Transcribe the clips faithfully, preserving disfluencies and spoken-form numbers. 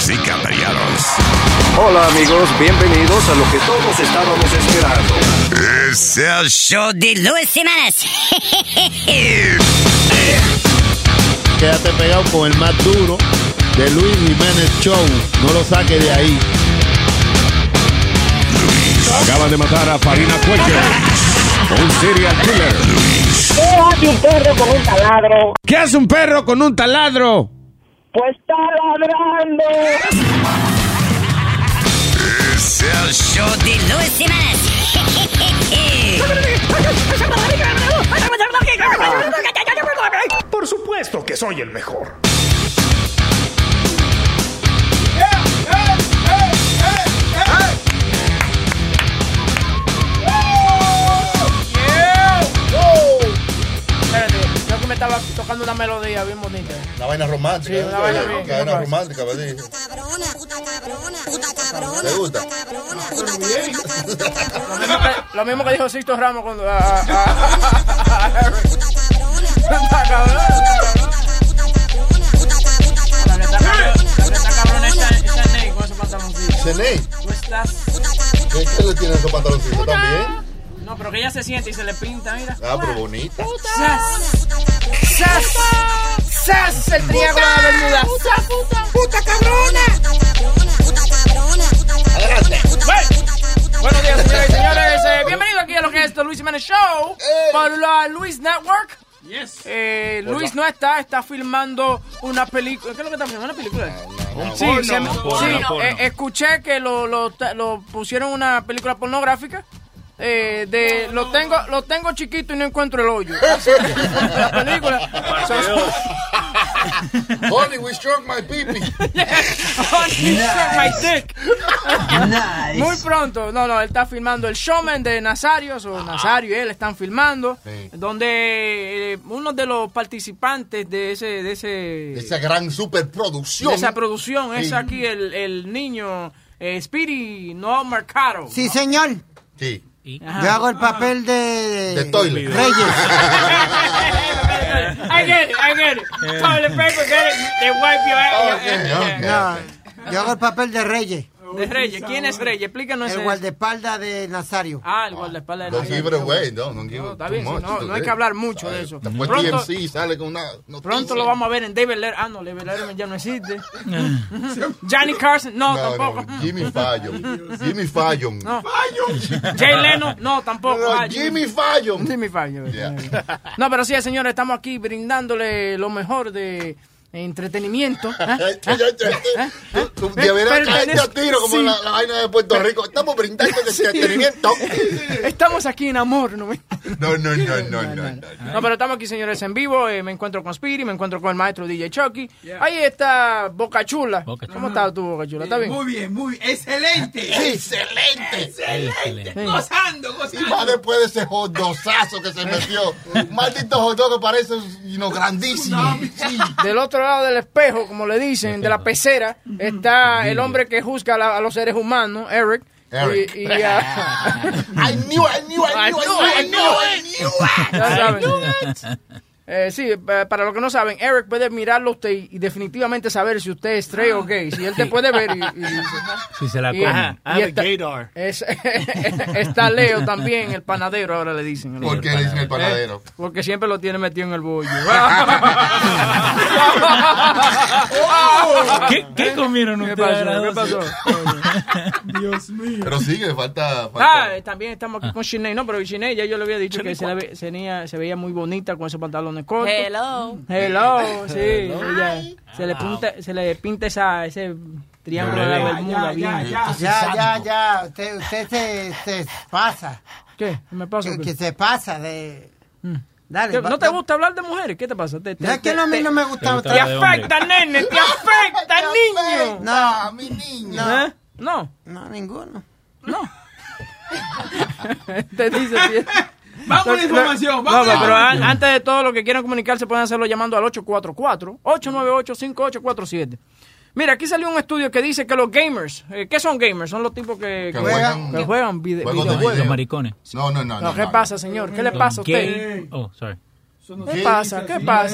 Damas y caballeros. Hola amigos, bienvenidos a lo que todos estábamos esperando. Es el show de Luis Jiménez. Quédate pegado con el más duro de Luis Jiménez Show. No lo saques de ahí. Acaban de matar a Farina Cuello, un serial killer. ¿Qué hace un perro con un taladro? ¿Qué hace un perro con un taladro? Pues está ladrando. Es el show de Luis Jiménez. Por supuesto que soy el mejor. Me estaba tocando una melodía bien bonita. Una vaina romántica. Sí, una vaina bien. Una vaina romántica, me dije. Puta cabrona, puta cabrona, puta cabrona. ¿Te gusta? Puta cabrona, puta cabrona, puta cabrona. Lo mismo que, lo mismo que dijo Sixto Ramos cuando... A, a, a, Puta cabrona. Puta cabrona. Puta cabrona, puta cabrona. Esta cabrona está Ney con esos pantaloncitos. ¿Ceney? ¿Tú estás? ¿Qué, ¿Qué le tienen esos pantaloncitos también? No, pero que ella se siente y se le pinta, mira. Ah, pero bonita. ¡Sas! ¡Sas! ¡Sas! El triángulo de Bermuda. ¡Puta, puta! ¡Puta cabrona! Puta cabrona. Adelante. Buenos días, señoras y señores. Eh, bienvenido aquí a lo que es The Luis Jiménez Show por la Luis Network. Yes. Eh, Luis no está, está filmando una película. ¿Qué es lo que está filmando? ¿Una película? Un Sí, porno, se- un porno, sí, un porno. eh, escuché que lo, lo, lo pusieron una película pornográfica. Eh, de lo tengo lo tengo chiquito y no encuentro el hoyo. La película. Honey, we struck my pee-pee. Honey, suck my dick. Nice. Muy pronto. No, no, él está filmando el Showman de Nazario. O Nazario y él están filmando. Sí. Donde eh, uno de los participantes de ese de ese Esa gran superproducción. de esa producción es Sí. aquí el, el niño eh, Speedy No Mercado. Sí, señor. Sí. Ajá. Yo hago el papel de... De toilet. Reyes. I get it, I get it. Toilet paper, get it. They wipe your ass. Okay, okay. No, yo hago el papel de Reyes. De Reyes. ¿Quién es Reyes? Explícanos El ese. guardaespaldas de Nazario. Ah, el guardaespaldas de Don't Nazario. give it away, no, don't give No, it está too bien, sí, much. no, no hay que hablar mucho de eso. Después Pronto- T M C sale con una noticia. Pronto lo vamos a ver en David Letterman. Ah, no, David Letterman ya no existe. Johnny Carson, no, No, tampoco. no, Jimmy Fallon. Jimmy Fallon. No. Jay Leno, no, tampoco. No, Ah, Jimmy Fallon. Jimmy Fallon. Yeah. No, pero sí, señores, estamos aquí brindándole lo mejor de entretenimiento. ¿Ah? Ay, ¿Ah? ay, ay, ay. ¿Ah? Tú- tú ¿Ah? deberás Pero caerte tenés- a tiro como sí. la, la vaina de Puerto Rico. Estamos brindando de entretenimiento. Estamos aquí en amor, ¿no? No, no, no, no, no, no. No, pero estamos aquí, señores, en vivo. Eh, me encuentro con Speedy, me encuentro con el maestro D J Chucky. Ahí está Boca Chula. ¿Cómo estás tú, Boca Chula? ¿Está bien? Muy bien, muy excelente. ¡Excelente! Excelente. Gozando, Y gozando. más después de ese jodosazo que se metió. Un maldito jodó que parece you know, grandísimo. Sí. Del otro lado del espejo, como le dicen, de la pecera, está el hombre que juzga a, la- a los seres humanos, Eric. Eric. Y, y, ah, I knew, I knew, I knew, I knew, I knew, I knew. ya saben. Eh, sí, eh, para los que no saben, Eric puede mirarlo a usted y, y definitivamente saber si usted es straight o gay. Si él te puede ver y, y dice, Si se la y- come. y está, es- está Leo también, el panadero, ahora le dicen. ¿Por qué le dicen el panadero? Eh, Porque siempre lo tiene metido en el bollo. ¿Qué, ¿Qué comieron ¿Qué ustedes? pasó? ¿Qué pasó? Dios mío. Pero sigue, falta. Ah, falta. eh, también estamos aquí con Sinead, no, pero Sinead ya yo le había dicho que se, la ve- se, veía, se veía muy bonita con esos pantalones cortos. Hello. Hello, sí. Ella, se le pinta, se le pinta esa, ese triángulo de la Ya, Bermuda ya, bien. ya, ya. Ya, ya, ya. Usted, usted se, se pasa. ¿Qué? ¿Qué me pasa? Que, ¿Qué? que se pasa de... Dale. ¿Qué? va- ¿No te va- gusta hablar de mujeres? ¿Qué te pasa? ¿Te, te, No, es que no, a mí te- no me gusta. te Te gusta de hombre. afecta, nene, te afecta, niño. No, mi niña. ¿Eh? No, no, ninguno. no. Te dice bien. Vamos a la información. No, Vamos a la pero an- información. antes de todo, lo que quieran comunicarse pueden hacerlo llamando al ocho cuatro cuatro, ocho nueve ocho, cinco ocho cuatro siete. Mira, aquí salió un estudio que dice que los gamers, eh, ¿qué son gamers? Son los tipos que, Que que juegan- que juegan vide- juegos de videojuegos. Los maricones. No, no, no. No, ¿qué pasa, señor? ¿Qué le pasa a usted? Gay. Oh, sorry. ¿Qué pasa? ¿Qué pasa?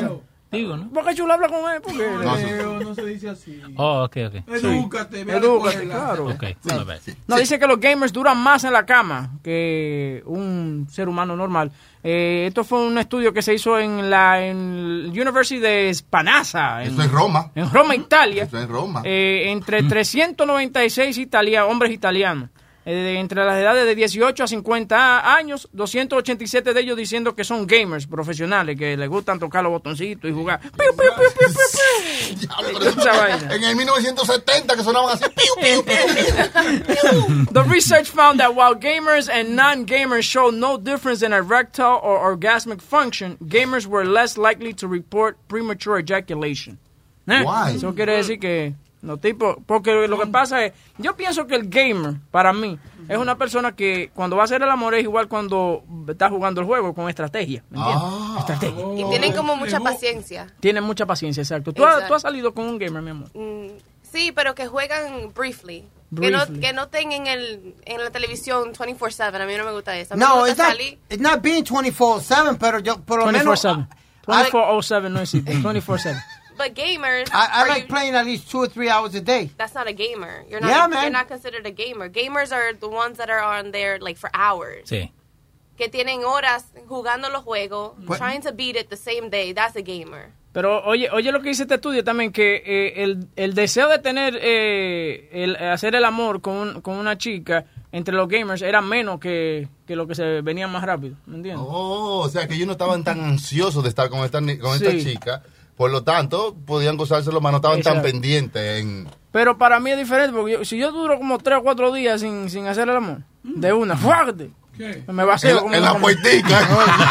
Digo, ¿no? Boca Chula habla con él. Porque No, no, no se dice así. Oh, ok, ok. Edúcate, ve a la Edúcate, escuela. claro. Ok, Sí. my bad. No, dice que los gamers duran más en la cama que un ser humano normal. Eh, esto fue un estudio que se hizo en la en University de Spanazza. En, Eso es Roma. En Roma, Italia. Eso es Roma. Eh, entre trescientos noventa y seis italia- hombres italianos. Eh, de- entre las edades de dieciocho a cincuenta años, doscientos ochenta y siete de ellos diciendo que son gamers profesionales, que les gustan tocar los botoncitos y jugar. ¡Piu, piu, piu, piu, piu, piu! Diablo, pero eso- Esa vaina. en el mil novecientos setenta que sonaban así. Piu, piu, piu, piu. The research found that while gamers and non-gamers showed no difference in erectile or orgasmic function, gamers were less likely to report premature ejaculation. ¿Eh? Why? Eso quiere decir que los tipos, porque lo que pasa es, yo pienso que el gamer, para mí, es una persona que cuando va a hacer el amor es igual cuando está jugando el juego con estrategia, ¿me entiendes? Ah. Estrategia. Y tienen como mucha paciencia. Tienen mucha paciencia, exacto. ¿Tú, has, Exacto. tú has salido con un gamer, mi amor? Mm, sí, pero que juegan briefly. Que no, Briefly. que no estén en, el, en la televisión veinticuatro siete. A mí no me gusta eso. A mí No, me it's gusta not, salir. it's not being twenty-four seven, pero yo, por lo veinticuatro menos... siete. veinticuatro siete no existe. veinticuatro siete. But gamers, I, I are like you- playing at least two or three hours a day. that's not a gamer. You're not. Yeah, you're man. not considered a gamer. Gamers are the ones that are on there like for hours. Sí. Que tienen horas jugando los juegos, What? trying to beat it the same day. That's a gamer. Pero oye, oye lo que dice este estudio también, que eh, el, el deseo de tener, eh, el, hacer el amor con, un- con una chica entre los gamers era menos que, que lo que se venía más rápido, ¿me entiendes? Oh, o sea que ellos no estaban tan ansiosos de estar con esta, ni- con esta Sí. chica. Por lo tanto, podían gozárselo más, no estaban tan Exacto. pendientes en... Pero para mí es diferente, porque yo- si yo duro como tres o cuatro días sin, sin hacer el amor, de una, ¡fuerte! ¿Qué? Me vacío En, como en la como- puertica.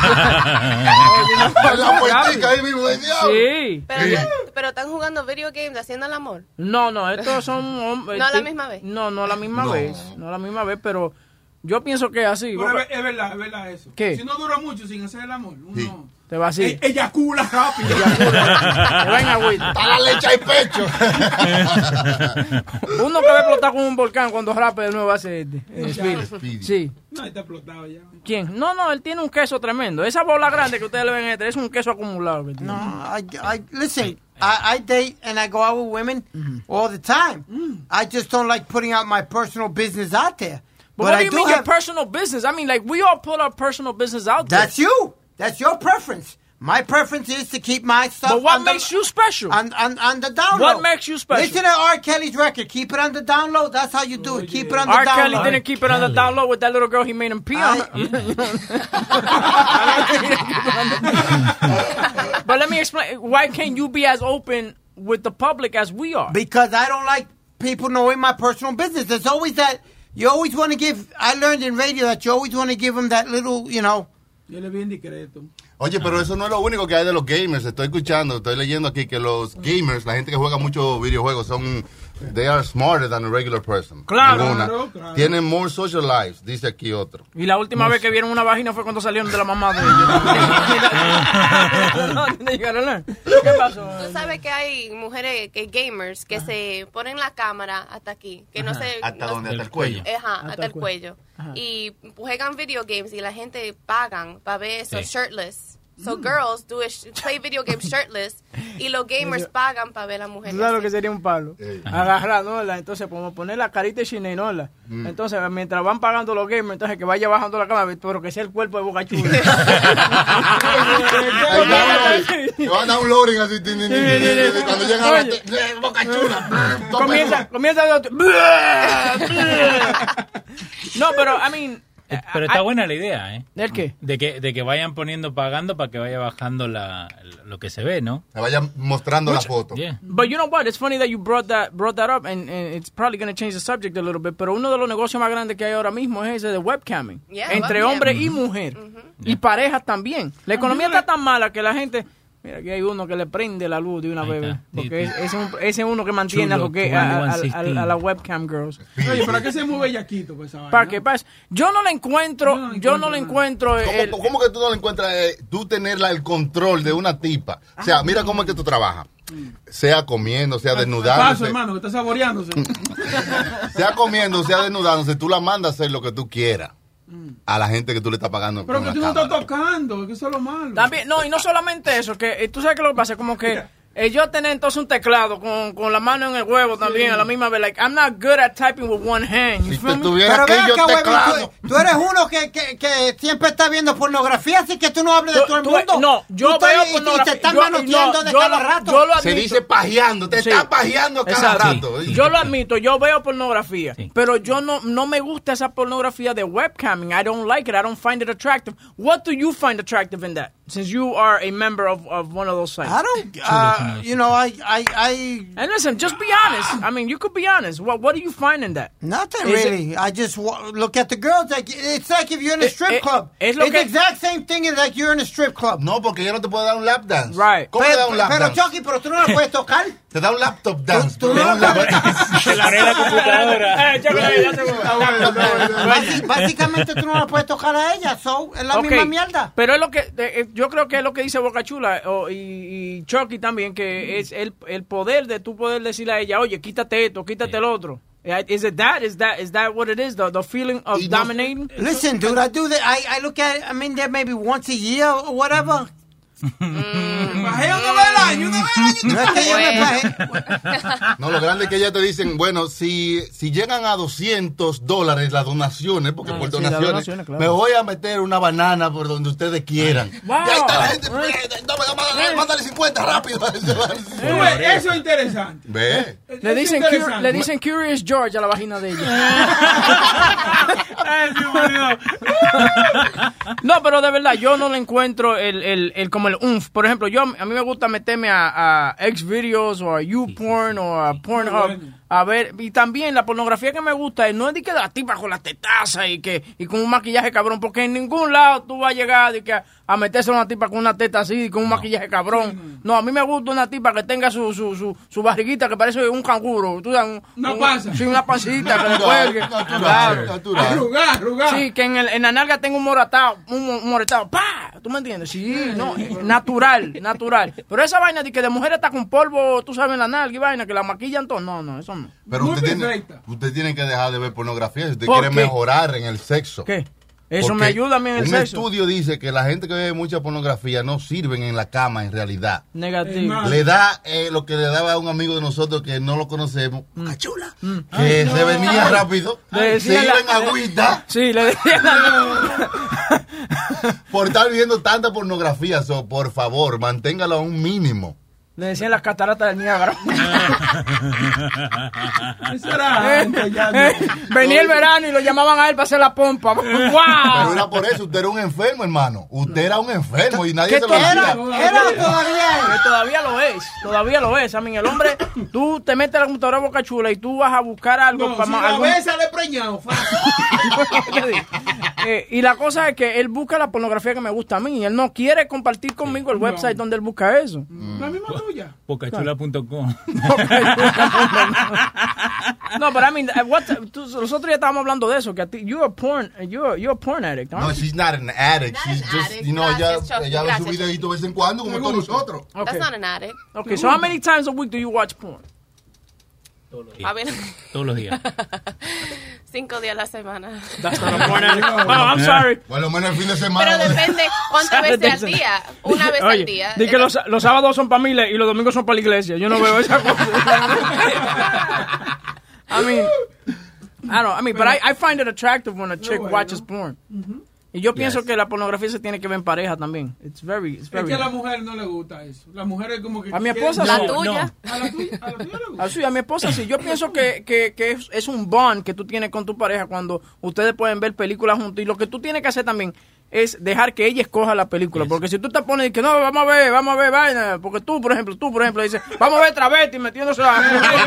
En la puertica ahí mismo, de diablo. Sí. Pero, pero están jugando video games haciendo el amor. No, no, estos son hombres. No a la misma vez. No, no a la misma No. vez. No a la misma vez, pero yo pienso que es así. Pero es, ver- es verdad, es verdad eso. ¿Qué? Si no dura mucho sin hacer el amor, uno Sí. Te va así. e- eyacula rápido. Te va en agüita. Está la leche al pecho. Uno que va a explotar con un volcán cuando rape de nuevo va a ser eh, Speedy. Speedy. Sí. No, está explotado ya. ¿Quién? No, no, él tiene un queso tremendo. Esa bola grande que ustedes le ven a este es un queso acumulado. que tiene. No, I, I listen. I, I date and I go out with women all the time. I just don't like putting out my personal business out there. But, what do I you do mean have, your personal business? I mean, like, we all put our personal business out there. That's you. That's your preference. My preference is to keep my stuff. But what on the- makes you special? on, on, on the download? What makes you special? Listen to R. Kelly's record. Keep it on the download. That's how you do it. Keep it on the R. download. Kelly didn't keep it on the download with that little girl he made him pee on. But let me explain. Why can't you be as open with the public as we are? Because I don't like people knowing my personal business. There's always that. You always want to give. I learned in radio that you always want to give them that little, you know. Yo le vi en discreto. Oye, pero eso no es lo único que hay de los gamers. Estoy escuchando, estoy leyendo aquí que los gamers, la gente que juega muchos videojuegos, son... They are smarter than a regular person. Claro. En una. Claro, claro. Tienen more social lives, dice aquí otro. Y la última vez que vieron una vagina fue cuando salieron de la mamá de ellos. ¿Qué pasó? Tú sabes que hay mujeres que gamers que se ponen la cámara hasta aquí, que no se ¿Hasta no- dónde? ¿Hasta el cuello? Ajá, hasta, el cuello. Y juegan video games y la gente pagan para ver eso Sí. shirtless. So girls do it, play video games shirtless y los gamers pagan para ver a la mujer. ¿Tú sabes lo que sería un palo? Ey. Agarrar, ¿no? La- Entonces, como poner la carita de cine, ¿no? La- Entonces, mientras van pagando los gamers, entonces que vaya bajando la cámara, pero que sea el cuerpo de Boca Chula. Te van a dar un loading así. tin, tin, tin, tin, tin, Cuando llegan a la... Oye. te- Boca Chula. comienza, comienza el otro. No, pero, I mean... Eh, Pero está I- buena la idea, ¿eh? ¿Del qué? De que, de que vayan poniendo pagando para que vaya bajando la, lo que se ve, ¿no? Me vayan mostrando la foto. Yeah. But you know what? It's funny that you brought that brought that up, and, and it's probably going to change the subject a little bit. Pero uno de los negocios más grandes que hay ahora mismo es ese de webcamming. Yeah, entre webcam. hombre y mujer. Y parejas también. La economía está tan mala que la gente... Mira, aquí hay uno que le prende la luz de una Ahí vez. está. Porque es- ese es, un- ese es uno que mantiene a, Chulo, lo que, a, a- a- veintiuno a- a la webcam girls. Oye, ¿para qué se mueve Yaquito? Pues, esa vaina? ¿Para qué pasa? Yo no le encuentro... Yo no le Yo no le encuentro encuentro... el- ¿Cómo, cómo que tú no le encuentras eh, tú tener la- el control de una tipa? O sea, mira cómo es que tú trabajas. Sea comiendo, sea Paso, desnudándose. hermano, que está saboreándose. Sea comiendo, sea desnudándose, tú la mandas a hacer lo que tú quieras. a la gente que tú le estás pagando. Pero con que la tú no cámara. estás tocando, que eso es lo malo. También, no, y no solamente eso, que eh, tú sabes que lo que pasa, como que eh, yo tener entonces un teclado con, con la mano en el huevo también Sí. a la misma vez, like, I'm not good at typing with one hand, you Si feel te me? tuviera Pero ve aquello acá, teclado. huevón, tú, tú eres uno que, que, que siempre está viendo pornografía, así que tú no hables de Tú- todo el tú- mundo. no, yo Tú veo estás- y- pornografía. Y te están yo- manoteando no, de yo cada lo- rato. yo lo Se admito. dice pajeando, te Sí. estás pajeando cada Exacto. rato. Yo lo admito, yo veo pornografía, pero yo no no me gusta esa pornografía de webcamming. I don't like it. I don't find it attractive. What do you find attractive in that? Since you are a member of, of one of those sites. I don't, uh, you know, I, I, I. And listen, just be honest. I mean, you could be honest. What What do you find in that? Nothing Is really. I just wa- look at the girls. Like it's like if you're in a Eh, strip eh, club. es lo it's que- the exact same thing as like you're in a strip club. No, porque ella no te puede dar un lap dance. Right. ¿Cómo le da Pero, un lap pero dance? Chucky, pero tú no la puedes tocar. Te da un laptop dance. Tú- tú pero no un lap puedes- dance. Se la abre la computadora. Eh, Choco, ya te- Basi- Básicamente tú no la puedes tocar a ella. So, es la Ok, misma mierda. Pero es lo que, eh, yo creo que es lo que dice Boca Chula o- y, y Chucky también, que es el, el poder de tú poder decirle a ella, oye, quítate esto, quítate el otro. Is it that? Is that is that what it is? The, the feeling of Y no- dominating? Listen, dude, I do that. I, I look at it, I mean, there maybe once a year or whatever. Bajé una vez al año, una vez al año. No es que yo me bajé. No, lo grande es que ellas te dicen, bueno, si, si llegan a doscientos dólares las donaciones, porque Ah, por sí, las donaciones, donaciones, claro. me voy a meter una banana por donde ustedes quieran. Wow. Y ahí está la gente, eh, dame, dame, mándale cincuenta rápido. Tú ves, Eso es interesante. Ve. Le Eso es dicen, interesante. cur- le dicen Curious George a la vagina de ella. No, pero de verdad, yo no le encuentro el, el, el como el umf. Por ejemplo, yo a mí me gusta meterme a, a Xvideos o a YouPorn o a Pornhub a ver. Y también la pornografía que me gusta es, no es de que la tipa con las tetazas y que y con un maquillaje cabrón, porque en ningún lado tú vas a llegar de que a, a meterse a una tipa con una teta así y con un maquillaje cabrón. No, a mí me gusta una tipa que tenga su, su, su, su barriguita que parece un canguro. Tú sabes, un- Una un- panza. Sí, una pancita que le cuelgue. Natural, Claro. natural. Arrugar, arrugar. Sí, que en, el, en la nalga tenga un moratado, un, un moretado, ¡pa! ¿Tú me entiendes? Sí, no, eh, natural, natural. Pero esa vaina de que de mujer está con polvo, tú sabes, en la nalga y vaina, que la maquillan todo, no, no, eso no. Pero Muy usted tiene, perfecta. usted tiene que dejar de ver pornografía si usted ¿Por quiere qué? mejorar en el sexo. ¿Qué? Eso Porque me ayuda a mí en el un sexo. estudio dice que la gente que ve mucha pornografía no sirven en la cama en realidad. Negativo. Hermano. Le da eh, lo que le daba a un amigo de nosotros que no lo conocemos, Boca Chula, Mm. que se venía rápido, Le se decía iba la- en agüita Sí, le decía por estar viendo tanta pornografía. So, por favor, manténgalo a un mínimo. le decían las cataratas del Niágara. Eso era antes, ya no. Venía el verano y lo llamaban a él para hacer la pompa. Pero ¡Wow! era por eso, usted era un enfermo, hermano. Usted era un enfermo y nadie ¿Qué se lo tú decía. Era, era todavía. Que todavía lo es, todavía lo es. A mí, el hombre, tú te metes a la computadora Boca Chula y tú vas a buscar algo No, para si ma- la algún- ves, sale preñado. fácil. Eh, y la cosa es que él busca la pornografía que me gusta a mí. Él no quiere compartir conmigo el website donde él busca eso. La misma tuya. Bocachula punto com. No, pero I mean, uh, what, tú- nosotros ya estábamos hablando de eso, que a ti, you're a porn, you're, you're a porn addict, No, aren't you? she's not an addict. Not She's an just, addict. you know, ella, Gracias, Chucky. ella ve su Gracias, videito de vez en cuando, como todos nosotros. Okay. That's not an addict. Okay, so how many times a week do you watch porn? Todos los I días. mean, Todos los días. cinco días a la semana. That's not a porn addict. Oh, I'm sorry. Por lo menos el fin de semana. Pero depende cuántas veces al día. Una vez Oye, al día. di que los, los sábados son para mí y los domingos son para la iglesia. Yo no veo esa cosa. I mean, I don't. I mean, but I, I find it attractive when a chick bueno. watches porn. Y yo pienso que la pornografía se tiene que ver en pareja también. It's very, it's Es very. que a la mujer no le gusta eso. La mujer es como que... A mi quiere- esposa La sí. tuya. A la tuya, a la tuya le gusta. Así, a mi esposa sí. Yo pienso que, que, que es, es un bond que tú tienes con tu pareja cuando ustedes pueden ver películas juntos. Y lo que tú tienes que hacer también es dejar que ella escoja la película. Porque si tú te pones y que no, vamos a ver, vamos a ver vaina. Porque tú, por ejemplo, tú, por ejemplo, dices, vamos a ver Travesti metiéndose la...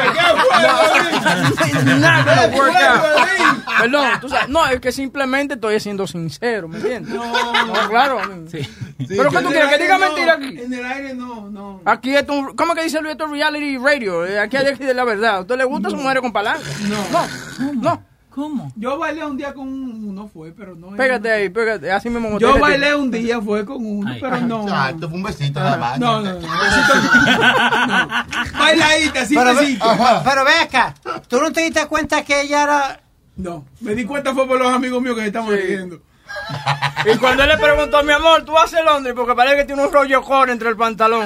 Not gonna work out. Perdón, tú sabes, no, es que simplemente estoy siendo sincero, ¿me entiendes? No, claro. I mean. Pero ¿qué tú quieres? Que diga mentira aquí. En el aire no, no. Aquí es un, ¿cómo que dice Luis? Esto es reality radio. Eh, Aquí hay que decir la verdad. ¿A usted le gusta su mujer con palanca? No. No. No. ¿Cómo? Yo bailé un día con uno, fue, pero no. Pégate ahí, pégate. Así mismo. como Yo te- bailé un día, fue con uno, Ay. pero no. Ah, esto fue un besito nada más. No, no, no. Besito no. Bailadita, sí, Pero, ve, besito. pero ve acá, ¿tú no te diste cuenta que ella era... No, me di cuenta fue por los amigos míos que se estaban riendo. Y cuando él le preguntó, mi amor, ¿tú haces Londres? Porque parece que tiene un rollo core entre el pantalón.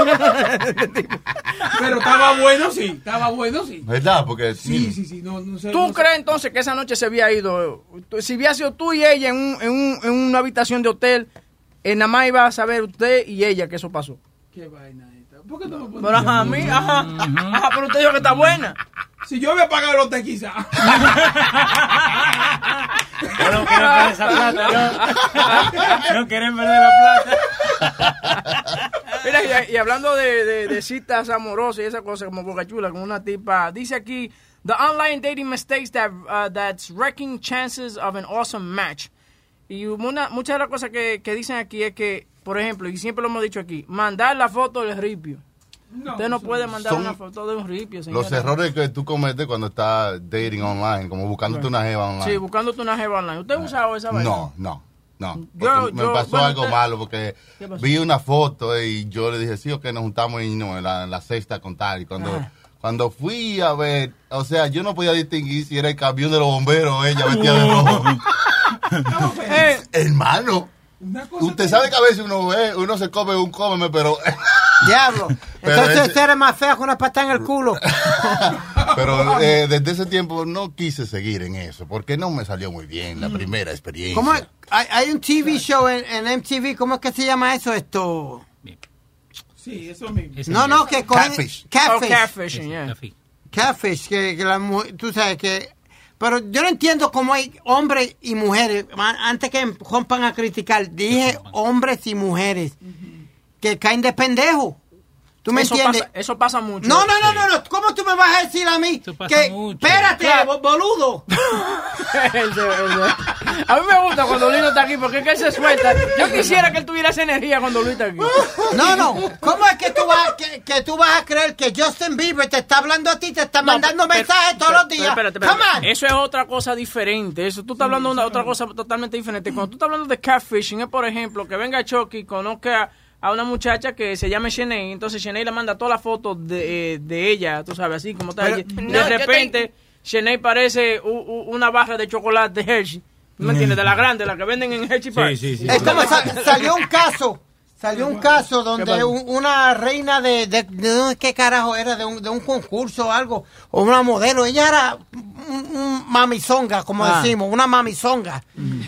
Pero estaba bueno, sí. Estaba bueno, sí. ¿Verdad? Porque Sí, sí, sí. No, no sé, ¿Tú no sé. crees entonces que esa noche se había ido? Si hubiera sido tú y ella en, un, en, un, en una habitación de hotel, eh, nada más iba a saber usted y ella que eso pasó. Qué vaina esta. ¿Por qué no me pones? Pero ajá, a mí, ajá, ajá, pero usted dijo que está buena. Si yo había pagado el hotel, quizá. Yo no quiero perder esa plata. Yo no quieren perder la plata. Mira, y, y hablando de, de, de citas amorosas y esa cosa como Boca Chula, con una tipa, dice aquí, the online dating mistakes that uh, that's wrecking chances of an awesome match. Y una, muchas de las cosas que, que dicen aquí es que, por ejemplo, y siempre lo hemos dicho aquí, mandar la foto del ripio. No, Usted no puede mandar una foto de un ripio, señora. Los errores que tú cometes cuando estás dating online, como buscándote una jeva online. Sí, buscándote una jeva online. ¿Usted ha usado esa vaina? No, no, no. Yo, me yo, pasó bueno, algo usted, malo porque vi una foto y yo le dije, sí, ok, nos juntamos y no, en la, en la sexta a contar. Y cuando, Ajá. cuando fui a ver, o sea, yo no podía distinguir si era el camión de los bomberos o ella vestida de rojo. eh, Hermano, usted sabe que a veces uno ve, uno se come un cómeme, pero... Diablo. Pero Entonces ese- eres más fea que una patada en el culo. Pero eh, desde ese tiempo no quise seguir en eso, porque no me salió muy bien la primera experiencia. ¿Cómo es? Hay, hay un T V show en, en M T V, ¿cómo es que se llama eso? Esto. Sí, eso mismo. No, no, que cogen- Catfish. Catfish. Oh, catfishing, yeah. Catfish, que, que la mujer, tú sabes que... Pero yo no entiendo cómo hay hombres y mujeres, ma- antes que rompan a criticar, dije hombres y mujeres, que caen de pendejo. ¿Tú me eso entiendes? Pasa, eso pasa mucho. No, no, no, no, no. ¿Cómo tú me vas a decir a mí pasa que... mucho. Espérate, Claro. bo- boludo. Ese- ese. A mí me gusta cuando Luis no está aquí porque es que él se suelta. Yo quisiera que él tuviera esa energía cuando Luis está aquí. No, no. ¿Cómo es que tú vas, que, que tú vas a creer que Justin Bieber te está hablando a ti, te está No, mandando pero- mensajes pero- todos los pero- días? espérate, espérate. Come on. Eso es otra cosa diferente. Eso tú estás hablando de una, otra cosa totalmente diferente. Cuando tú estás hablando de catfishing, es por ejemplo que venga Chucky y conozca a una muchacha que se llama Shanae, entonces Shanae le manda todas las fotos de, eh, de ella, tú sabes, así como está Pero- ella. De No, yo repente, Shanae parece u- u- una barra de chocolate de Hershey. ¿Me entiendes? De la grande, la que venden en Hershey Park. Sí, sí, sí. Es como sa- salió un caso, salió un caso donde pasó? un- una reina de, de, de- ¿qué carajo era? De un, de un concurso o algo, o una modelo, ella era un, un mamizonga, como Ah. decimos, una mamizonga.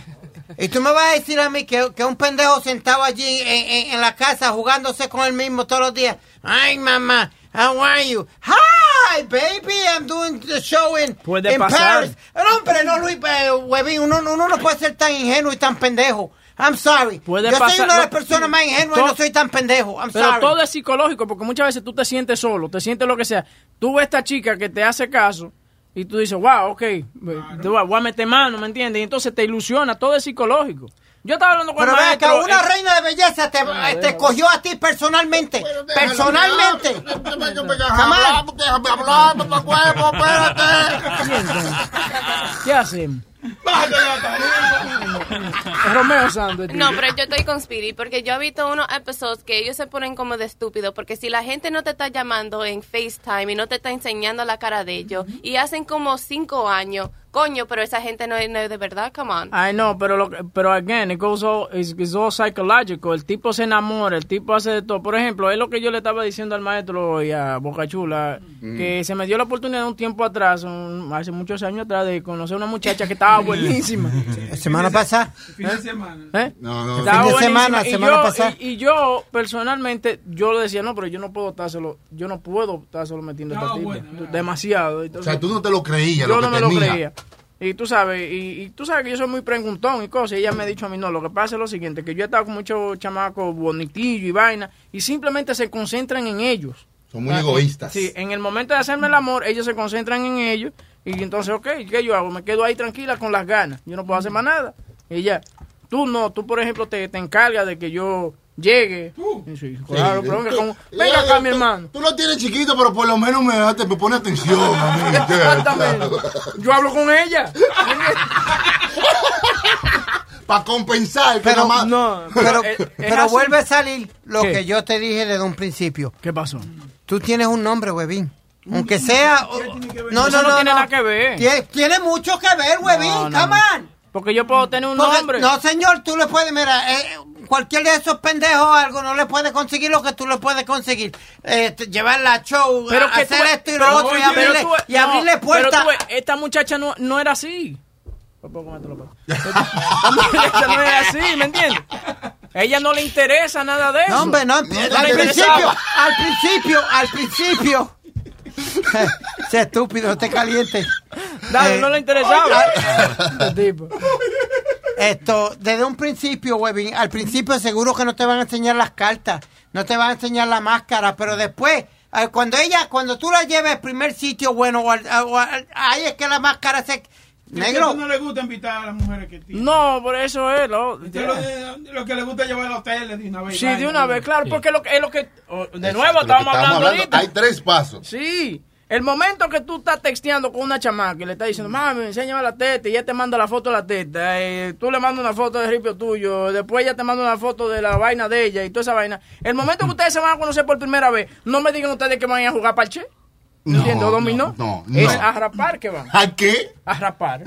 Y tú me vas a decir a mí que, que un pendejo sentado allí en, en- en la casa jugándose con él mismo todos los días. Ay, mamá, how are you? Hi, baby, I'm doing the show in, Puede in pasar. Paris. No, hombre, no, Luis, eh, huevín, uno, uno no puede ser tan ingenuo y tan pendejo. I'm sorry. Puede Yo soy pasar- una de las no, personas más ingenuas y to- no soy tan pendejo. I'm Pero sorry. todo es psicológico, porque muchas veces tú te sientes solo, te sientes lo que sea. Tú ves a esta chica que te hace caso y tú dices, wow, ok, te voy a- voy a meter mano, ¿me entiendes? Y entonces te ilusiona, todo es psicológico. Yo estaba hablando con Pero el vea que maestro. una eh, reina de belleza te, eh, te cogió a ti personalmente. Personalmente. Come on. Déjame hablar, mamá huevo, espérate. ¿Qué hacemos? Romeo Santos. tío. No, pero yo estoy con Speedy porque yo he visto unos episodios que ellos se ponen como de estúpidos porque si la gente no te está llamando en FaceTime y no te está enseñando la cara de ellos y hacen como cinco años, coño, pero esa gente no es, no es de verdad, come on. Ay, no, pero, lo, que- pero again, it goes all, it's, it's all psychological. El tipo se enamora, el tipo hace de todo. Por ejemplo, es lo que yo le estaba diciendo al maestro y a Boca Chula, que se me dio la oportunidad un tiempo atrás, un- hace muchos años atrás, de conocer a una muchacha que estaba buenísima. Semana pasada. Fin de semana. ¿Eh? No, no. Estaba Fin de buenísima. semana, y semana yo, pasada. Y, y yo, personalmente, yo le decía, no, pero yo no puedo estárselo, yo no puedo estárselo metiendo a esta No, tipa. bueno, bueno. Demasiado. O Entonces, sea, tú no te lo creías, yo lo que no me lo tenía. creía. Y tú sabes, y, y tú sabes que yo soy muy preguntón y cosas. Y ella me ha dicho a mí, no, lo que pasa es lo siguiente, que yo he estado con muchos chamacos bonitillos y vaina, y simplemente se concentran en ellos. Son muy Ah, egoístas. Sí, en el momento de hacerme el amor, ellos se concentran en ellos, y entonces, ok, ¿qué yo hago? Me quedo ahí tranquila con las ganas. Yo no puedo hacer más nada. Y ya. Tú no, tú por ejemplo te, te encargas de que yo llegue. Sí, claro, pero venga, como- venga acá, mi hermano. Tú lo tienes chiquito, pero por lo menos me, me pone atención a mí. Exactamente. Yo hablo con ella. Para compensar. que Pero, nada más- No, pero, es- es pero así. vuelve a salir lo ¿Qué? que yo te dije desde un principio. ¿Qué pasó? Tú tienes un nombre, huevín. Aunque sea... No, Eso no, no no, tiene no. nada que ver. Tiene, tiene mucho que ver, huevín. No, no, Come no. on. Porque yo puedo tener un Porque- nombre. No, señor, tú le puedes, mira, eh, cualquier de esos pendejos o algo no le puede conseguir lo que tú le puedes conseguir. Eh, te- llevarla a show, Pero a que hacer tú- esto y pero lo otro y tú- pero abrirle, tú- y no, abrirle puertas. Pero tú ves, esta muchacha no, no era así. Esta muchacha no era así, ¿me entiendes? A ella no le interesa nada de eso. No, hombre, no, al le principio, interesaba. al principio, al principio. Sé estúpido, no te caliente. Dale, Eh, no le interesaba. Este tipo. Esto, desde un principio, Webin, al principio seguro que no te van a enseñar las cartas, no te van a enseñar la máscara, pero después, eh, cuando ella, cuando tú la lleves al primer sitio bueno, o al- o al- ahí es que la máscara se... Negro. No le gusta invitar a las mujeres que tienen. No, por eso es. Lo, Usted lo, lo que le gusta es llevar al hotel de una vez. Sí, de una vez, claro, porque lo que, es lo que... oh, de Exacto, nuevo, lo que estábamos estamos hablando hablando, ahorita. hay tres pasos. Sí. El momento que tú estás texteando con una chamaca y le estás diciendo, mami, enséñame la teta, y ella te manda la foto de la teta, eh, tú le mandas una foto del ripio tuyo, después ella te manda una foto de la vaina de ella y toda esa vaina. El momento que ustedes se van a conocer por primera vez, no me digan ustedes que van a jugar parche. No, ¿Entiendes? ¿O dominó? no, no, Es no. a rapar que van. ¿A qué? A rapar.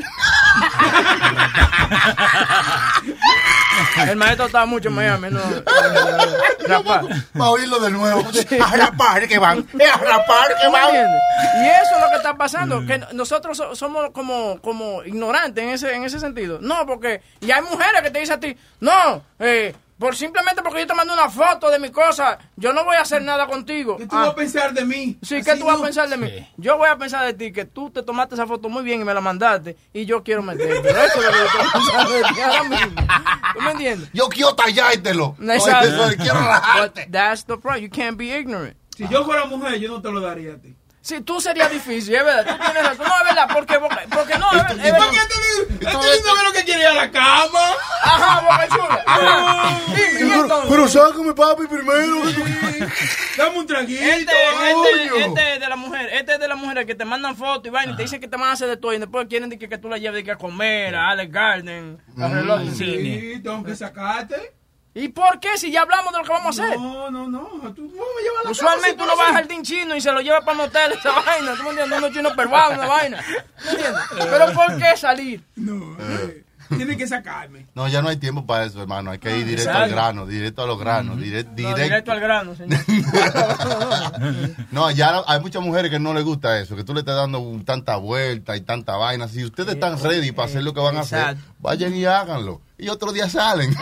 El maestro estaba mucho en Miami, no. Rapar. Para oírlo de nuevo. A rapar que van. Es a rapar que ¿Tú me van. entiendes? Y eso es lo que está pasando, que nosotros so- somos como, como ignorantes en ese, en ese sentido. No, porque, y hay mujeres que te dicen a ti, no, eh, por simplemente porque yo te mando una foto de mi cosa, yo no voy a hacer nada contigo. ¿Qué tú vas a pensar de mí? Sí, Así ¿qué tú vas a no. pensar de mí? Yo voy a pensar de ti que tú te tomaste esa foto muy bien y me la mandaste y yo quiero meterte. Eso es lo que yo estoy pensando de ti ahora mismo. ¿Tú me entiendes? Yo quiero tallártelo. Exacto. Oye, quiero rajarte. But that's the problem. You can't be ignorant. Si yo fuera mujer, yo no te lo daría a ti. Si tú serías difícil, es verdad, tú tienes razón. No, es verdad, porque, porque, porque no, es verdad. Es verdad. Este lindo que lo que quiere ir a la cama. Ajá, boca chula. Ajá. Dime, ¿y entonces? Pero sácame, papi, primero. Dame un traguito. Este, coño. este, este es de la mujer, este es de las mujeres que te mandan fotos y vaina y te dicen que te van a hacer de todo y después quieren de que, que tú la lleves de que a comer, a Alex Garden, a reloj de cine. Sí, tengo que sacarte. ¿Y por qué? Si ya hablamos de lo que vamos a hacer. No, no, no. Tú no me llevas a la Usualmente cama, uno va al sí, jardín chino y se lo lleva para motel esa vaina. ¿Tú me entiendes? Uno chino peruano, una vaina. ¿Me entiendes? Pero ¿por qué salir? No, eh, tiene que sacarme. No, ya no hay tiempo para eso, hermano. Hay que ir directo Exacto. al grano, directo a los granos, dire- No, directo. directo al grano, señor. No, ya hay muchas mujeres que no les gusta eso, que tú le estés dando un- tanta vuelta y tanta vaina. Si ustedes están ready para hacer lo que van a hacer, Exacto. vayan y háganlo. Y otro día salen.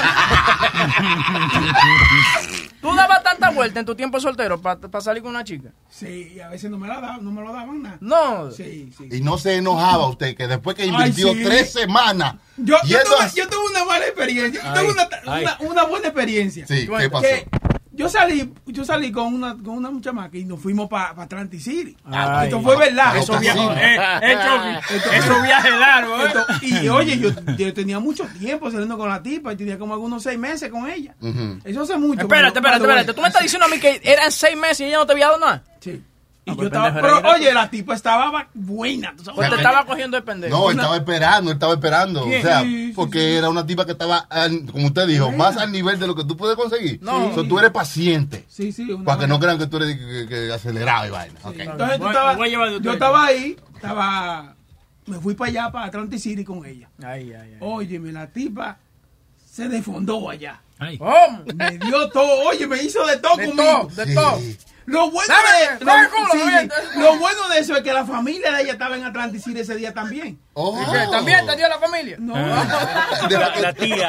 ¿Tú dabas tanta vuelta en tu tiempo soltero para salir con una chica? Sí, a veces no me la daban, no me lo daban nada. No. Sí, sí. Y no se enojaba usted, que después que invirtió Ay, sí. tres semanas. Yo, yo, yendo tuve, a- yo tuve una mala experiencia. Yo Ay, tuve una, ay. una, una buena experiencia. Sí, ¿qué pasó? Que yo salí, yo salí con una, con una chamaca y nos fuimos para pa Atlantic City. Ay. Esto fue verdad. Eso viaje, eh, Esto- eso, eso viaje largo, eh. Esto- y oye, yo, yo tenía mucho tiempo saliendo con la tipa y tenía como algunos seis meses con ella. Ujú. Eso hace mucho. Espérate, pero- espérate, espérate. ¿Tú me estás diciendo a mí que eran seis meses y ella no te había dado nada? Sí. Y Ah, yo pues, estaba, pendejo, pero era- oye, la tipa estaba ba- buena. ¿tú sabes? Pues te estaba cogiendo de pendejo. No, él estaba esperando, él estaba esperando. ¿Quién? O sea, Sí, sí, porque era una tipa que estaba, al- como usted dijo, más al nivel de lo que tú puedes conseguir. No. O sea, tú eres paciente. Sí, sí. una Para que no vaina. crean que tú eres que, que acelerado y vaina. Ok. Entonces tú Voy- estabas- voy a llevar de yo usted. estaba ahí, estaba, me fui para allá, para Atlantic City con ella. Ay, ay, ay. Óyeme, la tipa se desfondó allá. ¿Cómo? Me dio todo, oye, me hizo de todo De conmigo. todo, de todo. Lo bueno, Dame, de, dame lo, culo, sí, dame. lo bueno de eso es que la familia de ella estaba en Atlantic City ese día también. Oh. ¿Y qué? ¿También te dio la familia? No. La, la tía.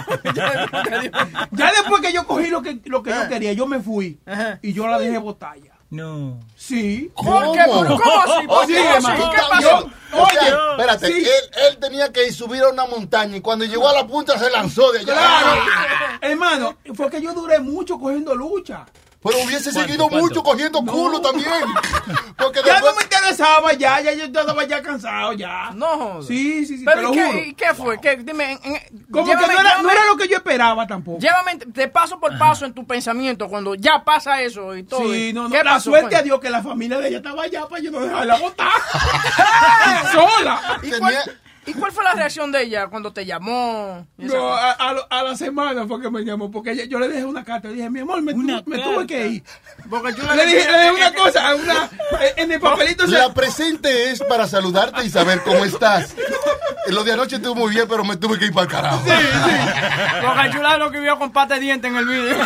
Ya después que yo cogí lo que, lo que yo quería, yo me fui Ajá. y yo la dejé botar ya. No. Sí. ¿Por qué? ¿Por- ¿Cómo así? ¿Por Sí, qué? hermano. ¿Qué pasó? O sea, Oye, espérate, sí. él, él tenía que subir a una montaña y cuando llegó a la punta se lanzó de allá. Claro. Hermano, fue que yo duré mucho cogiendo lucha. Pero hubiese ¿Cuánto, seguido cuánto? mucho cogiendo culo también. Porque Ya después... no me interesaba, ya, ya yo estaba ya cansado, ya. No jodas. Sí, sí, sí, Pero te lo ¿y qué, juro. ¿y qué fue? ¿Qué? Dime, en- en- Como llévame- que no era, no llévame- era lo que yo esperaba tampoco. Llévame de paso por paso en tu pensamiento cuando ya pasa eso y todo. Sí, no, no. ¿Qué La pasó? suerte a Cuenta. Dios que la familia de ella estaba allá para yo no dejarla botar. Sola. ¿Y cuál, ¿Y cuál fue la reacción de ella cuando te llamó? Y esa No, cosa. a, a, lo- a la semana fue que me llamó, porque ella- yo le dejé una carta. Le dije, mi amor, me, tu- Una me carta. tuve que ir. Porque tú Le dije, le dije una cosa, una, en el papelito se... La presente es para saludarte y saber cómo estás. lo de anoche estuvo muy bien, pero me tuve que ir para el carajo. Sí, sí. Porque Chula es lo que vio con pata de diente en el video.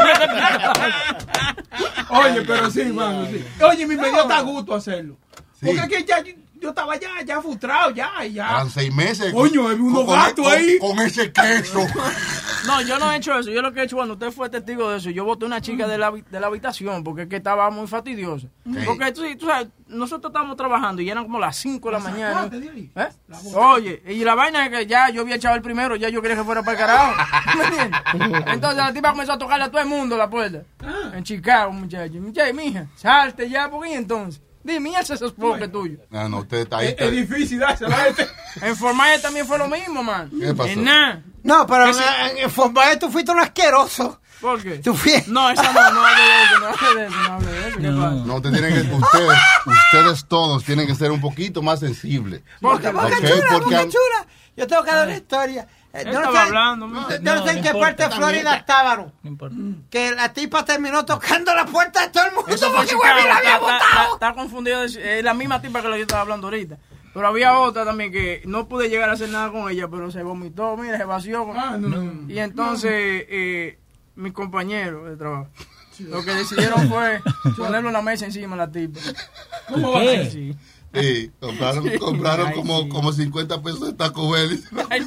Oye, pero sí, mano, sí. Oye, me dio hasta gusto hacerlo. Sí. Porque es que ya yo estaba ya, ya frustrado, ya, ya. Eran seis meses. Coño, hay unos con- gatos con- ahí. Con ese queso. No, yo no he hecho eso. Yo lo que he hecho, cuando usted fue testigo de eso, yo boté una chica de la, habi- de la habitación porque es que estaba muy fastidiosa. Sí. Porque tú, tú sabes, nosotros estábamos trabajando y eran como las cinco de la ¿La mañana. sacaste de ahí? ¿Eh? Oye, y la vaina es que ya yo había echado el primero, ya yo quería que fuera para el carajo. ¿Me entiendes? Entonces la tipa comenzó a tocarle a todo el mundo la puerta. En Chicago, muchacho. Muchacho, mija, salte ya, porque entonces. Dime, ¿y ese es pobre tuyo? No, no, usted está ahí. Es, es difícil dársela a este. En Formaje también fue lo mismo, man. ¿Qué pasó? En nada. No, pero Ese- en, en Formaje tú fuiste un asqueroso. ¿Por qué? Tú fuiste. No, esa no, no hable de eso, no hable de eso, no hable de eso. ¿Qué pasa? No, usted tiene que, ustedes, ustedes todos tienen que ser un poquito más sensibles. Boca, boca Ok, chula, porque- boca chula. Yo tengo que dar una historia. Eh, Él yo no estaba sé- hablando, yo man. no No, sé no en qué importa, parte de también. Florida estaban. No importa. Que la tipa terminó tocando la puerta de todo el mundo Eso fue porque Chicago, Webby la había está, está, está, botado. está confundido. Es la misma tipa que lo yo estaba hablando ahorita. Pero había otra también que no pude llegar a hacer nada con ella, pero se vomitó, mira, se vació. con- Ah, no, no. Y entonces, eh, mi compañero de trabajo, lo que decidieron fue ponerle una mesa encima a la tipa. ¿Cómo va a ¿Qué? ser? Sí. Sí, compraron, compraron Ay, como, sí. como cincuenta pesos de Taco Bell. Ay,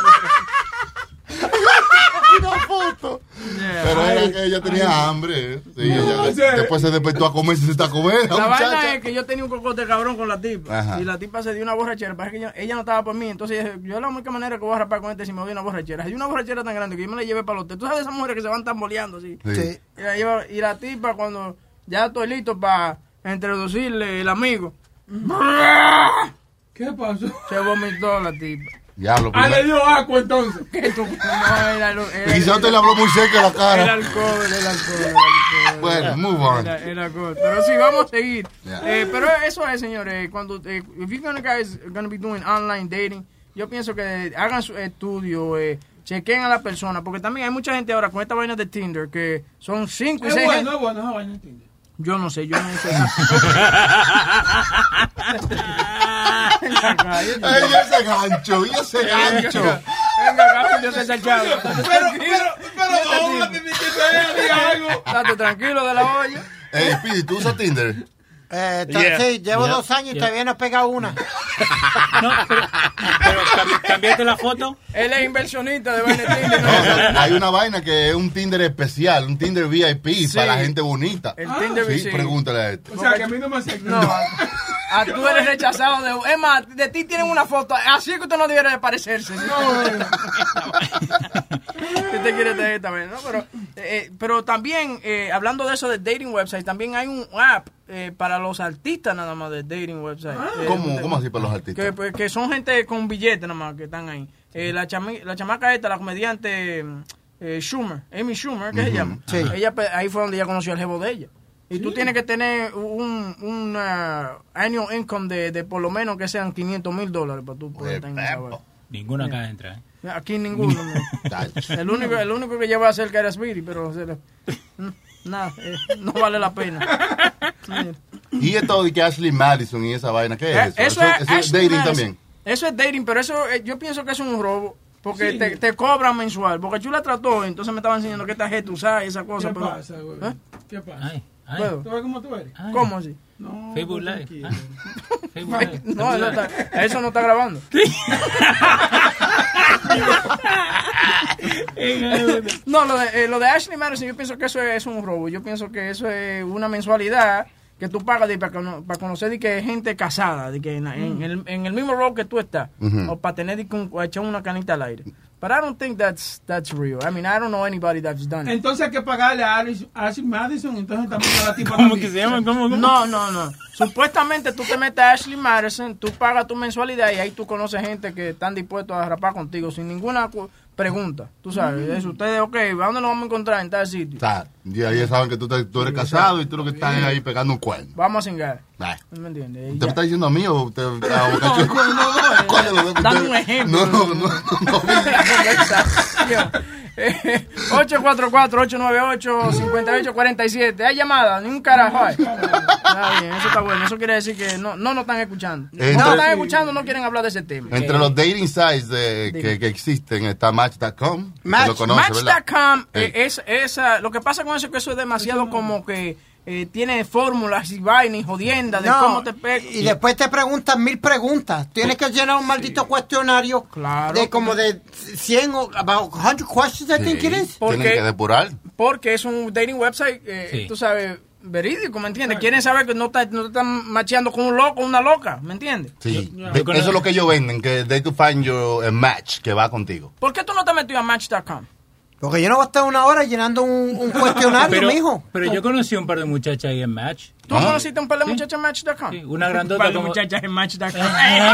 Una foto. yeah. Pero era que ella tenía hambre. Sí, No, ella- sí. después se despertó a comerse ese Taco Bell. La La vaina muchacha. es que yo tenía un cocote cabrón con la tipa. Ajá. Y la tipa se dio una borrachera. Parece que yo- ella no estaba por mí. Entonces yo dije, yo la única manera que voy a rapar con este si me doy una borrachera. Hay una borrachera tan grande que yo me la llevé para el hotel. Tú sabes esas mujeres que se van tamboleando así. Sí. Y la, lleva- y la tipa cuando ya estoy listo para introducirle el amigo. ¿Qué pasó? Se vomitó la tipa. Diablo, Ah, le primero. dio agua entonces. Que tú- no, era, el- era, Y si te le habló muy seca la el cara. alcohol, el alcohol, el alcohol. Bueno, move on. Era, era alcohol. Pero sí, vamos a seguir. Yeah. Eh, pero eso es, señores, cuando, eh, if you're gonna guys gonna be doing online dating, yo pienso que hagan su estudio, eh, chequen a la persona, porque también hay mucha gente ahora con esta vaina de Tinder que son cinco y Es seis. bueno, es bueno, esa vaina entiende. Yo no sé, yo no sé. Ay, ese gancho, y ese gancho. Venga, acá, yo sé ese chavo. Pero, pero, pero, no, que te diga algo. Estate tranquilo de la olla. Ey, Speedy, ¿tú usas Tinder? Eh, ta- Yeah. Sí, llevo Yeah. dos años y Yeah. todavía no he pegado una. No, pero, pero cambi- cambiaste la foto. Él es inversionista de vaina de Tinder. No, o sea, hay una vaina que es un Tinder especial, un Tinder V I P Sí. para la gente bonita. El Tinder Sí, sí. pregúntale a este. O sea, que a mí no me aceptan. No, a, a tú eres rechazado de... Es más, de ti tienen una foto, así que usted no debiera de parecerse. ¿sí? Si usted quiere tener esta vez, ¿no? Pero, eh, eh, pero también, eh, hablando de eso de dating website, también hay un app eh, para los artistas nada más de dating website. Eh, ¿Cómo, de- ¿Cómo así para los artistas? Que, pues, que son gente con billetes nada más que están ahí. Eh, la, chami- la chamaca esta, la comediante eh, Schumer, Amy Schumer, ¿qué se Ujú. llama? Sí. Ella, pues, ahí fue donde ella conoció al jevo de ella. Y tú tienes que tener un, un uh, annual income de, de por lo menos que sean quinientos mil dólares para tú poder Eh, tener esa pepo. vaina. Ninguno acá entra. ¿eh? Aquí ninguno. no. el único el único que lleva cerca era Speedy, pero se le- mm, nada, eh, no vale la pena. Y esto de que Ashley Madison y esa vaina, ¿qué es Eh, eso? eso es, eso es Ashley dating Madison. también. Eso es dating, pero eso eh, yo pienso que es un robo. Porque Sí. te, te cobran mensual. Porque Chula trató, entonces me estaba enseñando qué tarjeta usar y esa cosa. ¿Qué pero, pasa, güey? ¿Eh? ¿Qué pasa? Ay, ay, ¿Puedo? ¿Tú ves cómo tú eres? ay. ¿Cómo así? No, Facebook tú Live. tranquilo. Ah. Facebook Live. No, eso, está, eso no está grabando. No, lo de, eh, lo de Ashley Madison, yo pienso que eso es un robo. Yo pienso que eso es una mensualidad que tú pagas de, para, cono- para conocer de que hay gente casada, de que en, en el, en el mismo rol que tú estás, Ujú. o para tener de que un- o echar una canita al aire. But I don't think that's that's real. I mean, I don't know anybody that's done it. Entonces hay que pagarle a Alice- a Ashley Madison, entonces también a la tipa ¿Cómo también. que se llama? ¿Cómo, cómo? No, no, no. Supuestamente tú te metes a Ashley Madison, tú pagas tu mensualidad y ahí tú conoces gente que están dispuestos a rapar contigo sin ninguna cu- pregunta. Tú sabes, es ustedes, ok, ¿a dónde nos vamos a encontrar? En tal sitio. O sea, y ahí saben que tú, te- tú eres casado y tú lo que estás es ahí pegando un cuerno. Vamos a cingar. Nah. ¿Me entiendes? Y ¿Usted ya. me está diciendo a mí o usted a Boca No, Chula? no, no, no, ¿Cuál de los dos? dame un ejemplo. No, no, no. no, no. La conversación. ocho cuatro cuatro, ocho nueve ocho, cinco ocho cuatro siete. Hay llamadas, ni un carajo. Está bien, eso está bueno. Eso quiere decir que no, no nos están escuchando. Entre, no nos están escuchando, no quieren hablar de ese tema. Entre eh, los dating sites de, que, que existen está Match punto com. Match, lo conoce, Match punto com eh. es, es, uh, lo que pasa con eso es que eso es demasiado como que eh, tiene fórmulas y vainas y jodiendas de no, cómo te pegas. Y después te preguntan mil preguntas. Tienes que llenar un maldito sí. cuestionario claro, de como de cien o about one hundred questions, I sí. think it is. Tienen que depurar. Porque es un dating website, eh, sí. tú sabes, verídico, ¿me entiendes? Quieren saber que no, está, no te están macheando con un loco o una loca, ¿me entiendes? Sí, yo, yo, eso es lo que ellos venden, que they could find you a match que va contigo. ¿Por qué tú no te has metido a Match punto com? Porque yo no voy a estar una hora llenando un, un cuestionario, pero, mijo. Pero yo conocí un par de muchachas ahí en Match. ¿Tú ¿Ah? conociste un par de muchachas en Match punto com? Sí, una grandota. Un par de como... muchachas en Match punto com.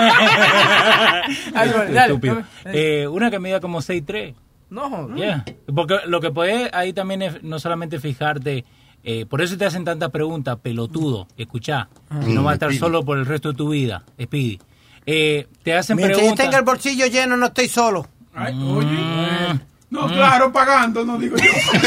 Estúpido. Eh, una que medía como seis tres. No, yeah. Porque lo que puedes ahí también es no solamente fijarte, eh, por eso te hacen tantas preguntas, pelotudo, escuchá, mm, no va a estar Speedy. Solo por el resto de tu vida, Speedy. Eh, te hacen Mientras preguntas. yo tenga el bolsillo lleno, no estoy solo. Ay, oye, mm. No, mm. claro, pagando, no digo yo.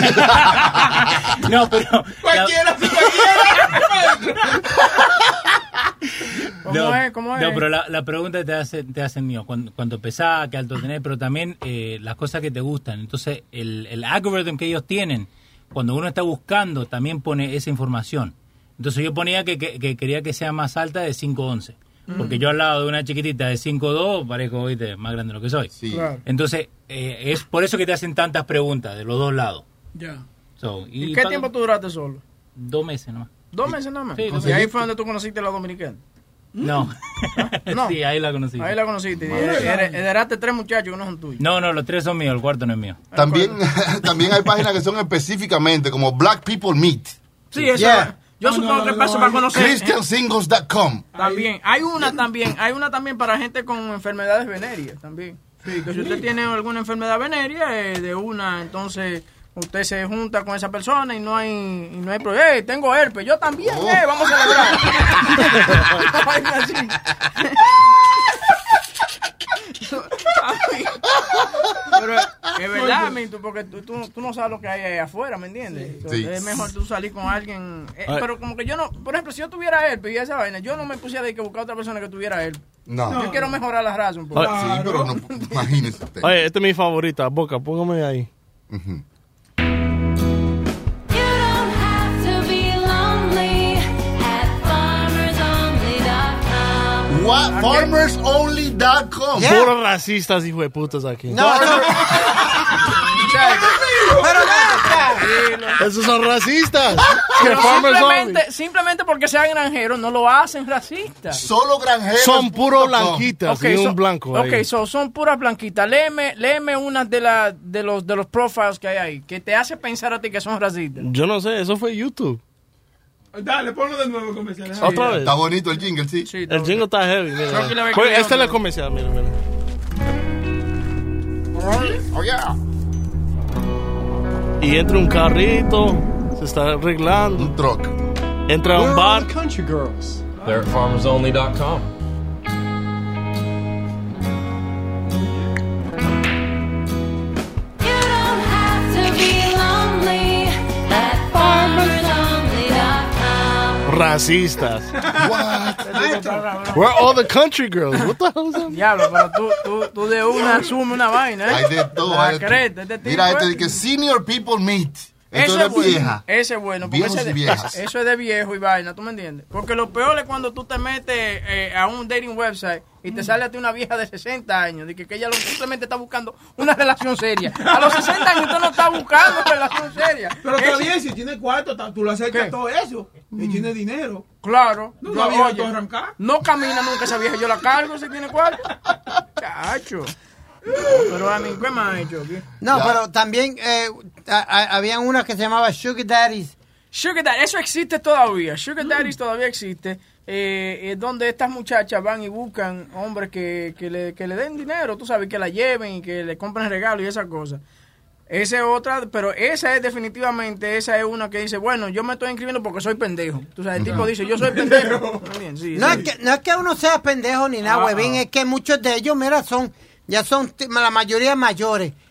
No, pero... Cualquiera, la... cualquiera. ¿Cómo no, es? ¿Cómo es? No, pero la, la pregunta te hace, te hacen mío, cuánto, cuánto pesás, qué alto tenés, pero también eh, las cosas que te gustan. Entonces, el, el algoritmo que ellos tienen, cuando uno está buscando, también pone esa información. Entonces yo ponía que, que, que quería que sea más alta de cinco once. Porque yo al lado de una chiquitita de cinco dos parezco, oíste, más grande de lo que soy. Sí. Claro. Entonces, eh, es por eso que te hacen tantas preguntas de los dos lados. Ya. So, ¿Y, ¿Y qué pago, tiempo tú duraste solo? Dos meses nomás. ¿Dos meses nada más? Sí, ¿Y ahí fue donde tú conociste a la dominicana? No. no. Sí, ahí la conocí. Ahí la conociste. Y heredaste tres muchachos que no son tuyos. No, no, los tres son míos, el cuarto no es mío. También, también hay páginas que son específicamente como Black People Meet. Sí, eso yeah. Yo no, supongo no, no, que paso no, para conocer. Christian Singles punto com. También. Hay una también. Hay una también para gente con enfermedades venéreas también. Sí, que si usted tiene alguna enfermedad venérea, eh, de una, entonces usted se junta con esa persona y no hay y no hay problema. Hey, tengo herpes. Yo también, oh. eh, vamos a celebrar. Pero es verdad, Minto, porque tú, tú, tú no sabes lo que hay ahí afuera, ¿me entiendes? Sí. Es mejor tú salir con alguien. Eh, pero como que yo no, por ejemplo, si yo tuviera herpes y esa vaina, yo no me pusiera de que buscar a otra persona que tuviera herpes. No. Yo no. quiero mejorar la raza un poco. Claro. Sí, pero no, imagínese usted. Oye, esta es mi favorita, Boca, póngame ahí. Uh-huh. What? farmers only dot com. Yeah. Puros racistas, hijo de putas aquí. No, no. Pero no. Esos son racistas. simplemente, simplemente porque sean granjeros no lo hacen racistas. Solo granjeros. Son puros blanquitas, okay, y un so, blanco. Ok, ahí. So, son puras blanquitas. Léeme, léeme una de, la, de, los, de los profiles que hay ahí, que te hace pensar a ti que son racistas. Yo no sé, eso fue YouTube. Dale, ponlo de nuevo comercial. Sí, Otra vez. Está bonito el jingle, sí. sí el jingle está heavy. Mira, mira. Este es el comercial, mira, mira. Oh, yeah. Y entra un carrito, se está arreglando. Un truck. Entra a un bar. The country girls. They're at farmers only dot com. Racistas. What? We're all the country girls. What the hell is that? Diablo, pero tú, tú, tú de una asumes una vaina, ¿eh? Hay de todo. Hay de creta, este tipo, mira, este es que Senior People Meet. Esto ese es de vieja. Ese es bueno. Viejos ese y de, viejas. Eso es de viejo y vaina, ¿tú me entiendes? Porque lo peor es cuando tú te metes eh, a un dating website y te sale a ti una vieja de sesenta años, de que, que ella lo, simplemente está buscando una relación seria. A los sesenta años usted no está buscando una relación seria. Pero está bien, si tiene cuarto, tú le acercas todo eso. Y mm. tiene dinero. Claro. No, no, yo, oye, arrancar. No camina nunca esa vieja, yo la cargo si tiene cuarto. Chacho. Pero a mí, ¿qué más ha hecho? ¿Qué? No, ya. Pero también eh, a, a, había una que se llamaba Sugar Daddies. Sugar Daddies, eso existe todavía. Sugar Daddies mm. todavía existe. Eh, es donde estas muchachas van y buscan hombres que, que, le, que le den dinero, tú sabes, que la lleven y que le compren regalos y esas cosas. Esa es otra, pero esa es definitivamente, esa es una que dice, bueno, yo me estoy inscribiendo porque soy pendejo. Tú sabes, el tipo dice, yo soy pendejo. Bien, sí, no, sí. Es que, no es que uno sea pendejo ni nada, ah, huevín, es que muchos de ellos, mira, son, ya son la mayoría mayores.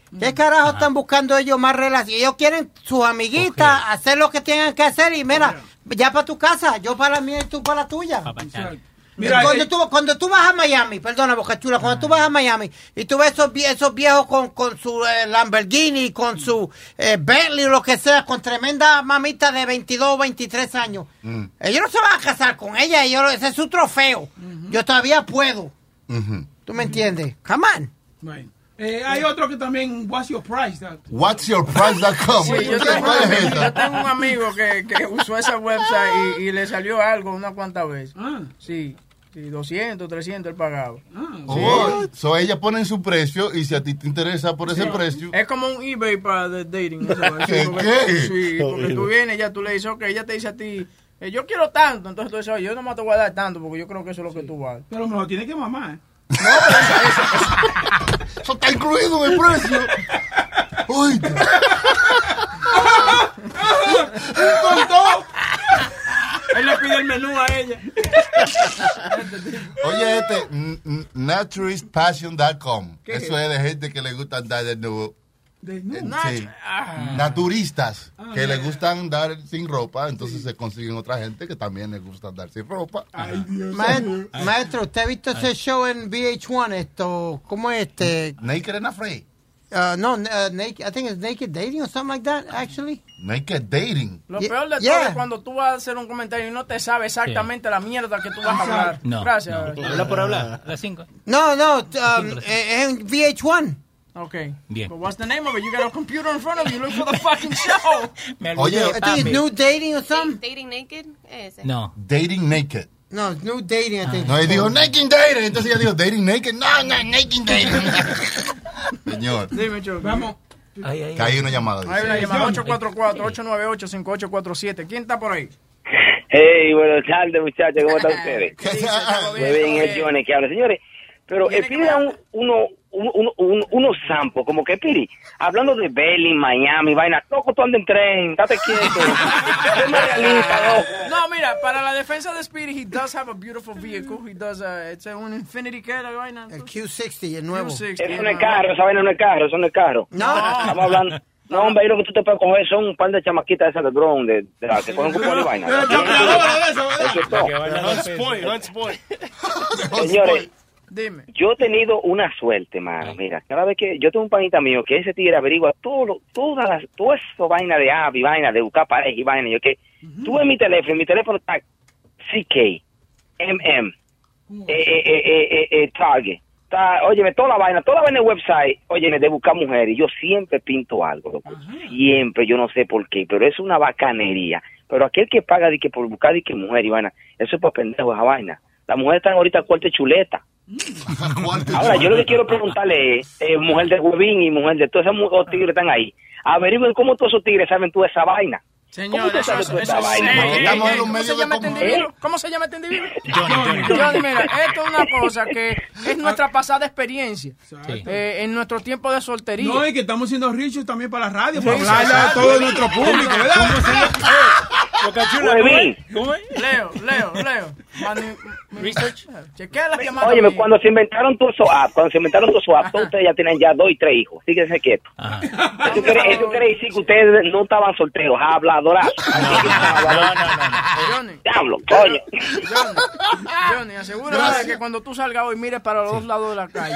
¿Qué carajo están buscando ellos más relación? Ellos quieren sus amiguitas, okay. hacer lo que tengan que hacer y mira, ya para tu casa, yo para la mía y tú para la tuya. Mira, cuando, eh, tú, cuando tú vas a Miami, perdona Boca Chula, cuando tú vas a Miami y tú ves esos, esos viejos con, con su eh, Lamborghini, con su eh, Bentley o lo que sea, con tremenda mamita de veintidós o veintitrés años, mm. ellos no se van a casar con ella, ellos, ese es su trofeo. Uh-huh. Yo todavía puedo. Uh-huh. ¿Tú me entiendes? Come on. Right. Eh, hay otro que también, what's your price? What's your price dot com. Sí, yo, tengo, yo tengo un amigo que, que usó esa website y, y le salió algo unas cuantas veces. Ah. Sí. Sí, doscientos, trescientos él pagaba. Ah, oh, sí. So ella pone su precio y si a ti te interesa por ese sí. precio. Es como un eBay para el dating. Eso, ¿Qué? Porque, ¿Qué? Sí, porque tú vienes ya tú le dices, ok, ella te dice a ti, eh, yo quiero tanto. Entonces tú dices, oye, yo no me te voy a dar tanto porque yo creo que eso es lo que tú vas. Pero me lo tienes que mamar. ¿Eh? No, pero eso, eso, eso. Eso está incluido en el precio. Uy. Con todo. Él le pide el menú a ella. Oye, este, naturist passion dot com. Eso es de gente que le gusta andar de nuevo. ¿De nuevo? Sí. Ah. Naturistas ah, que yeah. les gusta andar sin ropa, entonces sí. se consiguen otra gente que también les gusta andar sin ropa. Ay, Dios. Maestro, maestro, ¿usted ha visto ese show en V H uno? Esto, ¿cómo es este? Naked and Afraid. Uh, no, uh, naked, I think it's Naked Dating or something like that, actually. Naked Dating. Lo peor de yeah. todo es cuando tú vas a hacer un comentario y no te sabes exactamente sí. la mierda que tú vas a hablar. No, Gracias. No. Habla por hablar. Las cinco. No, no, um, es en V H uno. Okay. Bien. But what's the name of it? You got a computer in front of you. Look for the fucking show. Oye, I think it's New Dating or something. Dating Naked. Ese. No. Dating Naked. No, it's New Dating, I think. No, él dijo Naked Dating. Entonces ella dijo Dating Naked. No, no, Naked Dating. Señor. Dime, Choco. Vamos. Ay, ay, que hay una llamada. Hay una llamada. ocho cuatro cuatro, ocho nueve ocho, cinco ocho cuatro siete. ¿Quién está por ahí? Hey, buenas tardes, muchachos. ¿Cómo están ustedes? Muy bien, es Johnny que habla. Señores, pero eh, pide un, uno, uno, uno, unos samples, como que Piri, hablando de Belly, Miami, vaina, loco, tú andas en tren, date quieto. No, mira, para la defensa de Speedy, he does have a beautiful vehicle. He does, uh, it's un Infinity, ¿qué la vaina? El Q sixty, el nuevo. Q sixty, eso no es carro, esa vaina no es carro, eso no es carro. No. Estamos hablando... No, hombre, ahí lo que tú te puedes coger son un par de chamaquitas esas de drone, de, de las que cogen cupón y vaina. Eso es todo. Señores, dime. Yo he tenido una suerte, mano. Mira, cada vez que yo tengo un panita mío que ese tigre averigua todo, todas las, todo eso vaina de app y vaina, de buscar pareja y vaina. Yo que uh-huh. tuve mi teléfono, mi teléfono está C K, M M, uh-huh. eh, eh, eh, eh, eh, Target. Está, óyeme, toda la vaina, toda la vaina en el website, óyeme, de buscar mujeres. Yo siempre pinto algo, loco. Uh-huh. Siempre, yo no sé por qué, pero es una bacanería. Pero aquel que paga de que por buscar de que mujer y vaina, eso es por pendejo esa vaina. Las mujeres están ahorita cuarta chuleta. Ahora, yo lo que quiero preguntarle es, eh, mujer de Huevín y mujer de todos esos tigres están ahí. Averigüen cómo todos esos tigres saben toda esa vaina. Señor, eso, eso, eso, vaina? Eh, eh, eh, ¿cómo, se llama este individuo? ¿Cómo se llama este individuo? Johnny, Johnny. Johnny, mira, esto es una cosa que es nuestra pasada experiencia sí. eh, en nuestro tiempo de soltería. No, y que estamos siendo richos también para la radio, sí, para hablarle a todo nuestro público, ¿verdad? ¿Cómo es? Leo, Leo, Leo. Research. Chequea las llamadas. Óyeme, cuando se inventaron todos esos apps, cuando se inventaron todos esos apps, todos ustedes ya tienen ya dos y tres hijos. Fíjense quieto. Eso quiere, eso quiere decir que ustedes no estaban solteros, habladoras. No, no, no, no. Johnny. Diablo, coño. Johnny, Johnny, asegúrate que cuando tú salgas hoy mires para los dos lados de la calle.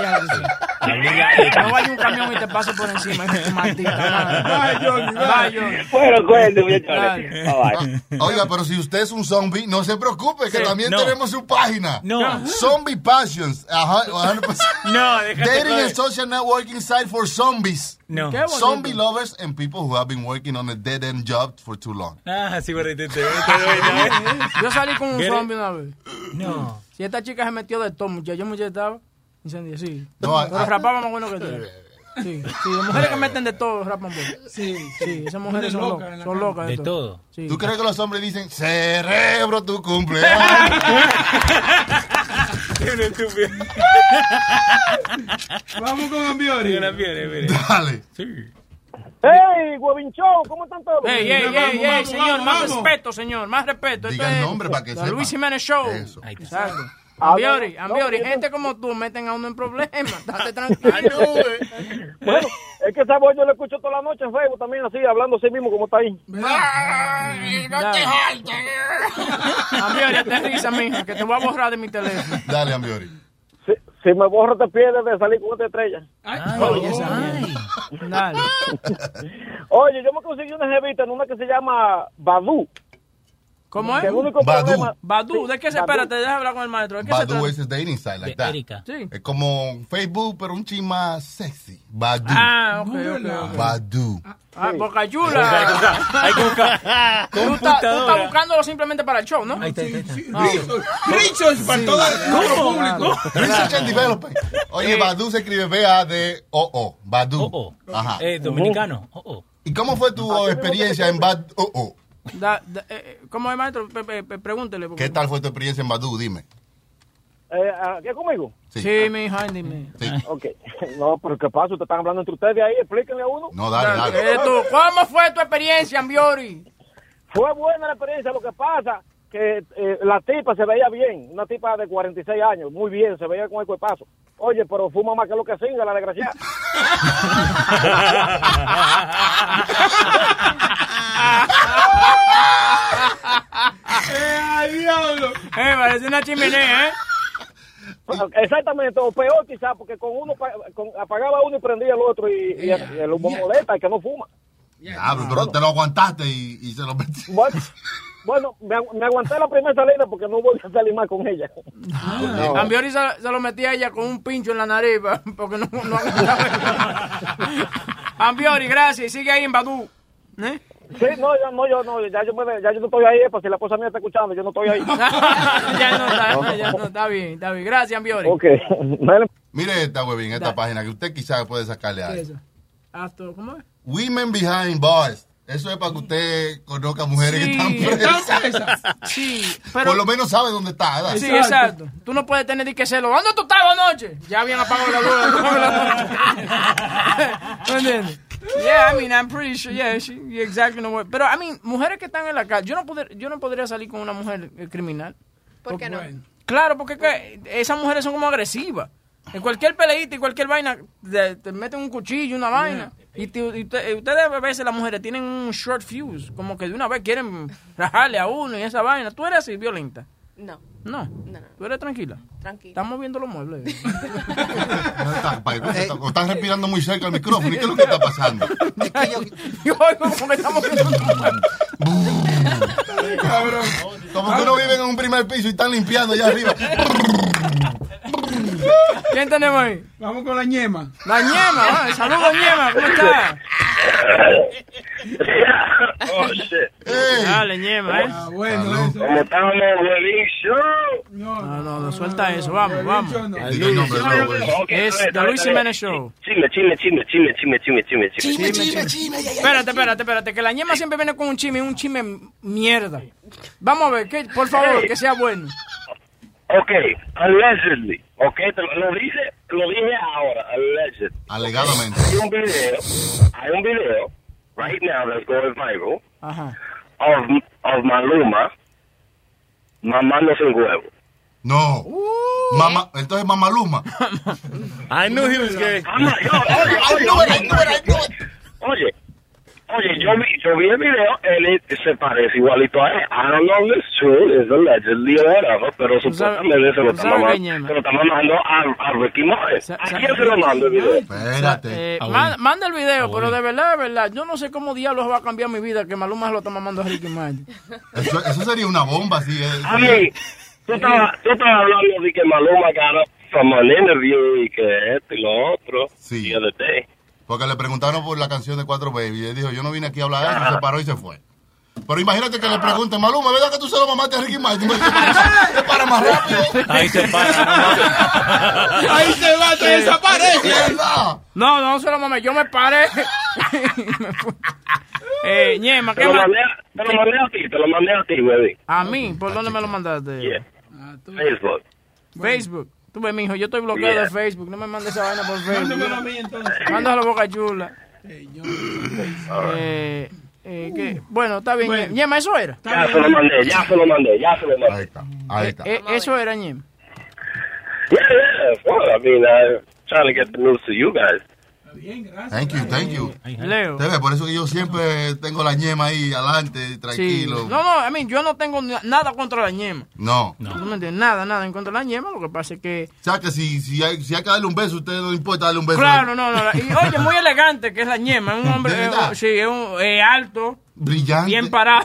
No vaya un camión y te pase por encima. Maldita. Bye, Johnny. Bye, Johnny. Bueno, cuénteme. Oiga, pero si usted es un zombie, no se preocupe, que sí, también no. tenemos su página. No. Zombie Passions. Ajá, cien por ciento. No, Dating and social networking site for zombies. No. Zombie lovers and people who have been working on a dead-end job for too long. Ah, sí, bueno, yo salí con un zombie una vez. No. Si esta chica se metió de todo, muchacho, yo me estaba incendiado, sí. No, pero I, rapaba más bueno que tú. Sí, sí, las mujeres que meten de todo rapan bueno. Sí, sí, esas mujeres son locas, loca son locas de, de todo. todo. Sí. ¿Tú crees que los hombres dicen, cerebro, tu cumpleaños? Qué estúpido. Vamos con Ambiori. Dale. Sí. ¡Hey, Huevín Show! ¿Cómo están todos? ¡Ey, ey, ey, ey, señor! Más respeto, señor, más respeto. Diga el nombre para que sepa. Luis Jiménez Show. Eso. Exacto. Ambiori, no, Ambiori, no, gente como tú meten a uno en problemas. Date tranquilo. Bueno, es que esa voz yo la escucho toda la noche en Facebook también, así, hablando así mismo como está ahí. Ay, no te jaltes. Ambiori, te risa, mija, que te voy a borrar de mi teléfono. Dale, Ambiori. Si, si me borro te pierdes de salir con esta estrella. Ay, oye, ay. Dale. Oye, yo me conseguí una jevita en una que se llama Badoo. ¿Cómo es? Que el único Badoo. problema- Badoo, ¿de qué se Badoo. espera? Te deja hablar con el maestro. ¿De qué se Badoo trata? es el dating site, like De that. Erika. Sí. Es como Facebook, pero un chin más sexy. Badoo. Ah, ok, ok, ok. Badoo. Ah, Boca Chula. Hay que buscar Tú estás tú estás buscándolo simplemente para el show, ¿no? Ahí está, ahí está. Ah, Research para todo el público. Research and development. Oye, Eh. Badoo se escribe B A D O O. Badoo. Oh, oh. Ajá. Eh, dominicano. Oh, oh. ¿Y cómo fue tu experiencia en Badoo? da- da- eh, ¿Cómo es, maestro? Pe- pe- pe- Pregúntele. porque- ¿Qué tal fue tu experiencia en Badoo? Dime. Eh, ¿Qué conmigo? Sí. Sí, mi hija, dime. Sí. Ok. No, pero ¿qué pasa? Ustedes están hablando entre ustedes ahí, explíquenle a uno. No, dale, dale. Eh, tú, ¿Cómo fue tu experiencia, Ambiori? Fue buena la experiencia, lo que pasa que eh, la tipa se veía bien, una tipa de cuarenta y seis años, muy bien, se veía con el cuerpazo. Oye, pero fuma más que lo que singa, la desgraciada. Eh, ¡Ay, diablo! Eh, parece una chimenea, ¿eh? Exactamente, o peor quizás, porque con uno pa- con- apagaba uno y prendía el otro y, y el, y el humo molesta, el que no fuma. Diablo, pero te lo aguantaste y, y se lo metí. Bueno, bueno me, agu- me aguanté la primera salida porque no voy a salir más con ella. No. Ambiori se, se lo metía a ella con un pincho en la nariz pa- porque no, no aguantaba. Ambiori, gracias. Y sigue ahí en Badoo. ¿Eh? Sí, no, ya no, yo no, ya yo, me, ya yo no estoy ahí, pues si la esposa mía está escuchando, yo no estoy ahí. ya no está, ya no está bien, está bien. Gracias, Ambiori. Ok. Mire esta webin, esta Dale. página que usted quizás puede sacarle ¿Qué algo. es eso? After, ¿cómo es? Women Behind Bars. Eso es para que usted conozca mujeres Sí, que están presas. Sí, pero... Por lo menos sabe dónde está, ¿verdad? Sí, exacto. Tú no puedes tener ni que celo. ¿Dónde tú estabas anoche? Ya habían apagado la luz. ¿Me entiendes? Yeah, I mean, I'm pretty sure, yeah, she, yeah, exactly. No, pero, I mean, mujeres que están en la calle, yo no, poder, yo no podría salir con una mujer eh, criminal. ¿Por qué no? Claro, porque que, esas mujeres son como agresivas. En cualquier peleita y cualquier vaina, te, te meten un cuchillo, una vaina. Y, te, y te, ustedes a veces, las mujeres, tienen un short fuse. Como que de una vez quieren rajarle a uno y esa vaina. ¿Tú eres así, violenta? No. No. No, no. ¿Tú eres tranquila? Tranquila. Estamos moviendo los muebles. O estás respirando muy cerca al micrófono. ¿Y qué es lo que está pasando? Yo oigo como que estamos moviendo los muebles. Como que uno vive en un primer piso y están limpiando allá arriba. ¿Quién tenemos ahí? Vamos con la ñema. La ñema, ah, saludos ñema, ¿cómo estás? Oh, shit. Dale, ñema, ¿eh? Ah, bueno, eso. ¿Cómo estamos, Huevín Show? No, no, no, suelta eso, vamos, vamos. Diga el nombre, no, güey. Ok, Es está bien, The Luis está bien. Jiménez Show. Chisme, chisme, chisme, chisme, chisme, chisme, chisme, chisme. Chisme, chisme. Espérate, espérate, espérate, que la ñema siempre viene con un chisme, un chisme mierda. Vamos a ver, que, por favor, que sea bueno. Ok, allegedly. Ok, te lo, lo dice, lo dije ahora, alleged. Alegadamente. Hay un video, hay un video, right now that's going viral, Ajá. of, of Maluma mamándose un huevo. No. Mamá, entonces Mamaluma. I knew he was gay. Ama- yo- oye, oye, oye, oye, oye, yo vi, yo vi el video, él se parece igualito a él. I don't know if it's true, it's allegedly or whatever, pero supuestamente se lo está sabes mamando, qué, ñema? se lo está mandando a, a Ricky Martin. ¿A quién se lo manda el video? Espérate. Eh, ma- manda el video, pero de verdad, de verdad, yo no sé cómo diablos va a cambiar mi vida que Maluma se lo está mamando a Ricky Martin. Eso, eso sería una bomba, sí. eh. A mí, tú estabas, tú estabas hablando de que Maluma got up from an interview y que esto y lo otro. Sí. The other day. Porque le preguntaron por la canción de Cuatro Baby. Y él dijo, yo no vine aquí a hablar de eso. Se paró y se fue. Pero imagínate que le pregunten, Maluma, ¿verdad que tú se lo mamaste a Ricky Martin? Se para más rápido. Ahí se para. Ahí se va, te desaparece. ¿Verdad? No, no se lo mamé, yo me paré. Y me fui. eh, ñema, Te ¿qué lo, más? mandé, a- te lo mandé a ti, te lo mandé a ti, baby. A mí, ¿por dónde me lo mandaste? Yeah. Facebook. Facebook. Tú ves, mijo, yo estoy bloqueado Yeah. de Facebook. No me mandes esa vaina por Mándamelo a Facebook. mí entonces. Mándalo a Boca Chula. Eh, yo- Eh, eh, ¿qué? Bueno, está bien. Bueno. Ñema, eso era. Ya se lo mandé, ya se lo mandé, ya se lo Ahí mandé. está. Ahí está. Eh, eso era, Ñema. Yeah, yeah. Well, I mean, I'm trying to get the news to you guys. Thank you, thank you. Leo. Te ves, por eso que yo siempre tengo la ñema ahí adelante, tranquilo. Sí. No, no, I mean, yo no tengo na- nada contra la ñema. No. No. ¿Tú me entiendes? Nada, nada en contra de la ñema. Lo que pasa es que... O sea, que si, si, hay, si hay que darle un beso, a usted no le importa darle un beso. Claro, no, no. Y oye, muy elegante que es la ñema. Es un hombre, ¿De verdad? eh, sí, es un, eh, alto. Brillante. Bien parado.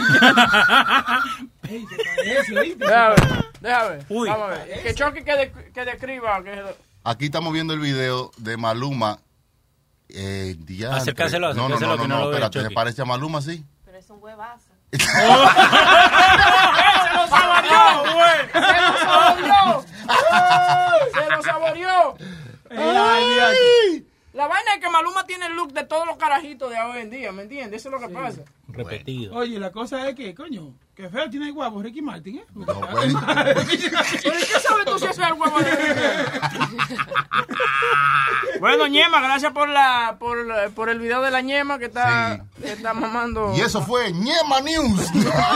Déjame ver, déjame ver. Uy. Vamos a ver. Que Chucky que, de- que describa. Que... Aquí estamos viendo el video de Maluma. Eh, diantre. Acércaselo, No, no, acércaselo no, que no, no no, lo ve, espérate, ¿se Chucky. parece a Maluma, sí? Pero es un huevazo. ¡Se lo saboreó, güey! ¡Se lo saboreó! ¡Se lo saboreó! Ay. La vaina es que Maluma tiene el look de todos los carajitos de hoy en día, ¿me entiendes? Eso es lo que pasa. Repetido. Oye, la cosa es que, coño, que feo tiene el guapo Ricky Martin, ¿eh? ¿Pero qué sabes tú si ese es el huevo de Bueno, ñema, gracias por la por, por el video de la ñema que está, que está mamando. Y eso fue Ñema News.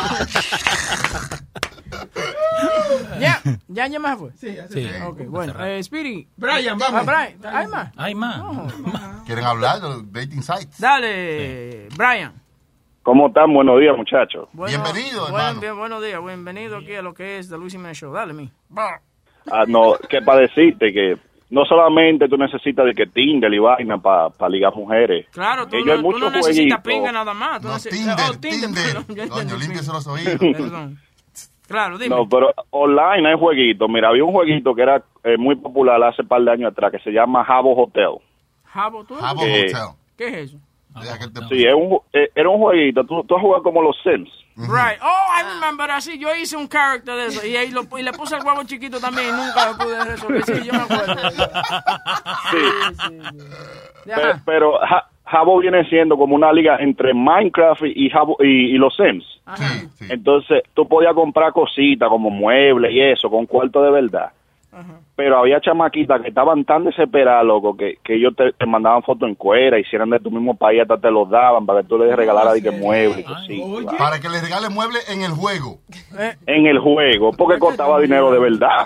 ¿Ya? ¿Ya ñema se fue? Sí, Sí. Ok, bueno. Eh, Speedy. Brian, vamos. Ah, Brian. ¿Hay más? Hay más. ¿Quieren hablar de los dating sites? Dale, Brian. ¿Cómo están? Buenos días, muchachos. Bueno, Bienvenido, buen- hermano. bien, buenos días, bienvenido aquí a lo que es The Luis Jiménez Show. Dale, mi. Ah, no, que para decirte que no solamente tú necesitas de que Tinder y vaina para pa ligar mujeres. Claro, tú, Ellos no, hay tú muchos no necesitas jueguitos. pinga nada más. Tú No, neces- Tinder, oh, Tinder, Tinder. perdón, yo Coño, entendí, límpiese sí. los oídos. Perdón. Claro, dime. No, pero online hay jueguitos. Mira, había un jueguito que era eh, muy popular hace un par de años atrás que se llama Habbo Hotel. Jabo, ¿tú? Habbo Eh, Hotel. ¿Qué es eso? Deja que te- Sí, es un, ju- eh, era un jueguito. Tú, tú has jugado como los Sims. Right. Oh, I remember. Así, yo hice un character de eso. Y, ahí lo, y le puse el huevo chiquito también y nunca lo pude resolver. Sí, yo me acuerdo. de eso. Sí. Sí, sí. Pe- Ajá. pero Ja- Habbo viene siendo como una liga entre Minecraft y, Habbo- y, y los Sims. Sí, sí. Entonces, tú podías comprar cositas como muebles y eso con cuarto de verdad. Pero había chamaquitas que estaban tan desesperadas, loco, que, que ellos te, te mandaban fotos en cuera, hicieran de tu mismo país, hasta te los daban para que tú les regalaras de que muebles y cositas. Para que le regale muebles en el juego. En el juego, porque costaba dinero de verdad.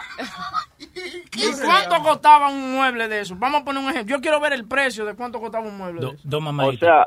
¿Y cuánto costaba un mueble de eso? Vamos a poner un ejemplo. Yo quiero ver el precio de cuánto costaba un mueble de eso. Dos O mamaditas. sea,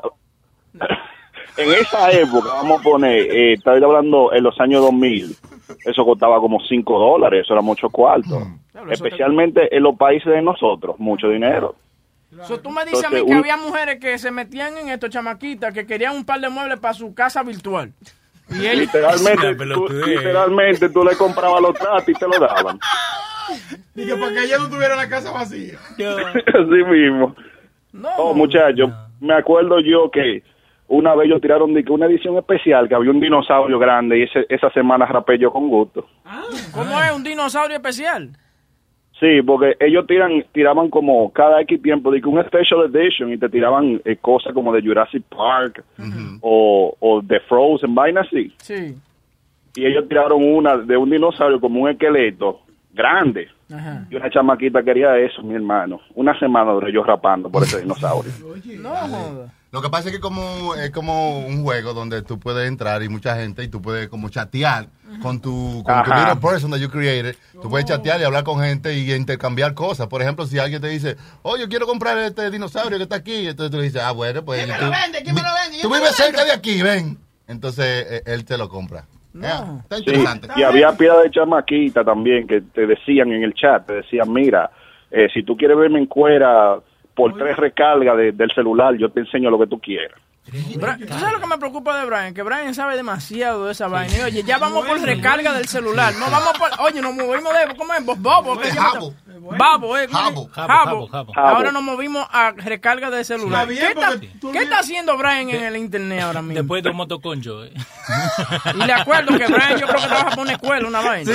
en esa época, vamos a poner, eh, estaba hablando en los años dos mil, eso costaba como cinco dólares, eso era mucho cuarto. Especialmente en los países de nosotros, mucho dinero. So, tú me dices a mí Entonces, que un- había mujeres que se metían en estos chamaquitas que querían un par de muebles para su casa virtual. Y ellos... Literalmente, tú, literalmente tú le comprabas los tratos y te lo daban. Y que para que ella no tuviera la casa vacía. Así mismo. No. Oh, muchachos, me acuerdo yo que una vez ellos tiraron de que una edición especial, que había un dinosaurio grande y ese, esa semana rapé yo con gusto. ¿Cómo es un dinosaurio especial? Sí, porque ellos tiran tiraban como cada X tiempo de que un special edition y te tiraban eh, cosas como de Jurassic Park o, o de Frozen, vaina así. Sí. Y ellos tiraron una de un dinosaurio como un esqueleto grande. Ajá. Y una chamaquita quería eso, mi hermano. Una semana duré yo rapando por ese dinosaurio. No joda. Lo que pasa es que como es como un juego donde tú puedes entrar y mucha gente y tú puedes como chatear con tu, con tu Ajá. little person that you created. Tú puedes chatear y hablar con gente y intercambiar cosas. Por ejemplo, si alguien te dice, oh, yo quiero comprar este dinosaurio que está aquí. Entonces tú le dices, ah, bueno, pues ¿Quién me tú, lo vende? ¿Quién me lo vende? tú Yo me vives lo cerca vendo. de aquí, ven. Entonces eh, él te lo compra. Yeah, está Sí, interesante. y había piedad de chamaquita también que te decían en el chat, te decían, mira, eh, si tú quieres verme en cuera por tres recargas de- del celular, yo te enseño lo que tú quieras. Bra- ¿Tú sabes lo que me preocupa de Brian? Que Brian sabe demasiado de esa vaina. Y, oye, ya vamos por recarga del celular. No vamos por... Oye, nos movimos de... ¿Cómo es? Bobo. ¿qué se llama? Jabo. Babo, eh. Jabo. Jabo. Jabo. Ahora nos movimos a recarga de celular. Está bien, ¿Qué está, porque tú ¿qué está haciendo Brian en el internet ahora mismo? Después de un motoconcho. Eh. Y le acuerdo que Brian yo creo que trabaja por una escuela, una vaina.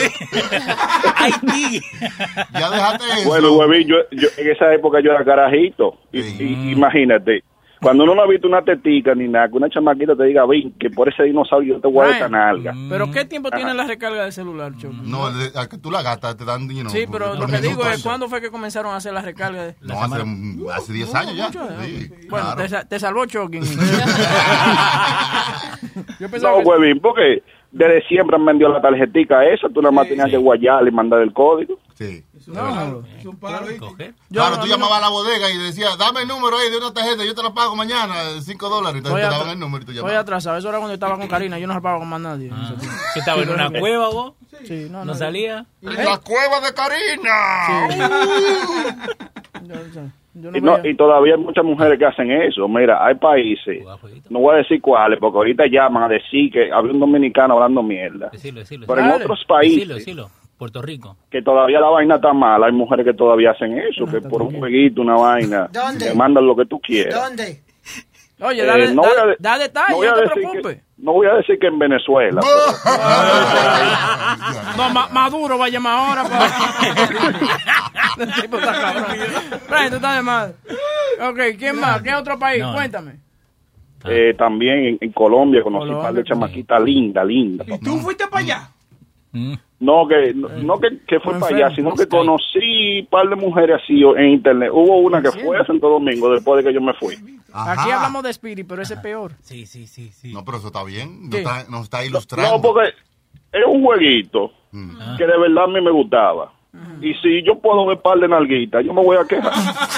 Haití. Ya déjate eso. Bueno, huevín, yo, yo en esa época yo era carajito. Y, y- imagínate, cuando uno no ha visto una tetica ni nada, que una chamaquita te diga, ven, que por ese dinosaurio yo te voy a dar esta nalga. Pero ¿qué tiempo tiene la recarga del celular, Choco? No, el de- al que tú la gastas te dan dinero. Sí, pero lo que digo es, ¿cuándo fue que comenzaron a hacer la recarga? De... No, hace, hace diez años ya. Mucho, ¿eh? Sí, Bueno, claro. te, sa- te salvó Chucky. Yo No, pensaba que... huevín, porque desde siempre han vendido la tarjetica esa, tú nada más tenías que guayar y mandar el código. Sí. No, es un palo. Claro, tú llamabas a la bodega y decías, dame el número ahí de una tarjeta, yo te la pago mañana, cinco dólares. Entonces te daban el número y tú Estoy llamabas. atrasado, eso era cuando yo estaba con Karina, yo no se pagaba con más nadie. Ah. ¿Qué estaba en una cueva vos? Sí, no, ¿No, no salía? ¡En la cueva de Karina! Yo, yo, yo Y, no no, veía- y todavía hay muchas mujeres que hacen eso. Mira, hay países, no voy a decir cuáles, porque ahorita llaman a decir que había un dominicano hablando mierda. Decilo, decilo. Pero en Dale. otros países, Decilo, decilo. Puerto Rico. que todavía la vaina está mala, hay mujeres que todavía hacen eso, que por un jueguito, una vaina, ¿Dónde? te mandan lo que tú quieras. ¿Dónde? Oye, Eh, dale, no voy dale, a de- da detalles, no no, voy a te decir preocupes. que- No voy a decir que en Venezuela. No, Ma- Maduro va a llamar ahora para... El tipo está cabrón. Brian, tú estás de mal. Ok, ¿quién más? ¿Qué otro país? No. Cuéntame. Eh, también en, en Colombia conocí un par Colombia, de chamaquitas lindas, lindas. ¿Y tú fuiste para allá? No, que no, no que, que fue para allá, sino que conocí un par de mujeres así en internet. Hubo una que fue a Santo Domingo después de que yo me fui. Aquí hablamos de Spirit, pero ese es peor. Sí, sí, sí, sí. No, pero eso está bien. Nos ¿Qué? está, nos está ilustrando. No, porque es un jueguito que de verdad a mí me gustaba. Y si yo puedo ver par de nalguitas, yo me voy a quejar.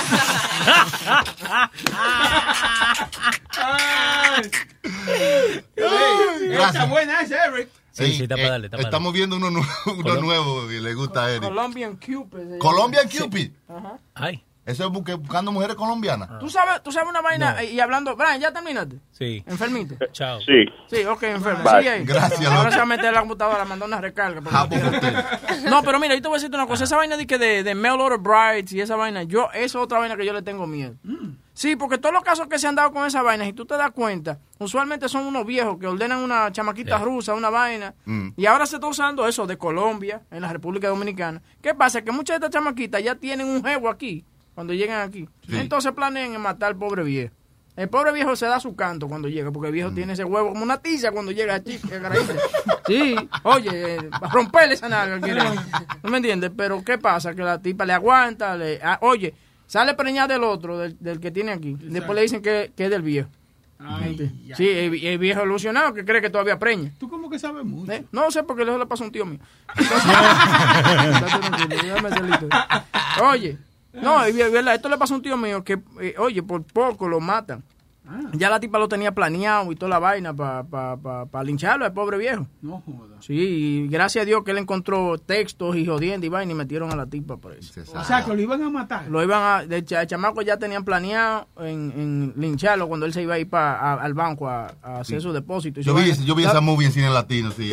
Está buena esa, Eric. Sí, sí, está para darle, está para Estamos viendo uno, nu- uno nuevo y le gusta a Eric. Colombian Cupid. se llama. Colombian Cupid. Ajá. Ay. Eso es busque- buscando mujeres colombianas. ¿Tú sabes, tú sabes una vaina y hablando... Brian, ¿ya terminaste? Sí. ¿Enfermito? Chao. Sí. Sí, ok, enfermo. Bye. Sí, ahí. Gracias, Ahora loco. se va a meter en la computadora, mandó una recarga. porque- No, pero mira, yo te voy a decirte una cosa. Esa vaina de, que de, de mail order brides y esa vaina, yo, eso es otra vaina que yo le tengo miedo. Sí, porque todos los casos que se han dado con esa vaina, si tú te das cuenta, usualmente son unos viejos que ordenan una chamaquita Sí. rusa, una vaina, Mm. y ahora se está usando eso de Colombia, en la República Dominicana. ¿Qué pasa? Que muchas de estas chamaquitas ya tienen un jevo aquí, cuando llegan aquí. Sí. Entonces planean en matar al pobre viejo. El pobre viejo se da su canto cuando llega, porque el viejo Mm. tiene ese huevo como una tiza cuando llega a chica. Sí, oye, eh, para romperle esa nalga. quiere. ¿No me entiendes? Pero ¿qué pasa? Que la tipa le aguanta, le, ah, oye, sale preñada del otro, del, del que tiene aquí. Después le dicen que, que es del viejo. Sí, el, el viejo ilusionado que cree que todavía preña. ¿Tú cómo que sabes mucho? ¿Eh? No sé porque eso le pasó a un tío mío. Entonces, Date tranquilo, déjame hacer la historia. Oye, no, es verdad, esto le pasó a un tío mío que, eh, oye, por poco lo matan. Ya la tipa lo tenía planeado y toda la vaina para pa, pa, pa lincharlo al pobre viejo. No joda. Sí, y gracias a Dios que él encontró textos y jodiendo y vaina y metieron a la tipa por eso. O sea, que lo iban a matar. Lo iban a, de cha- el chamaco ya tenían planeado en, en lincharlo cuando él se iba a ir pa, a- al banco a, a hacer su depósito. y Yo su vi, vaina. yo vi La- esa movie en cine latino, sí.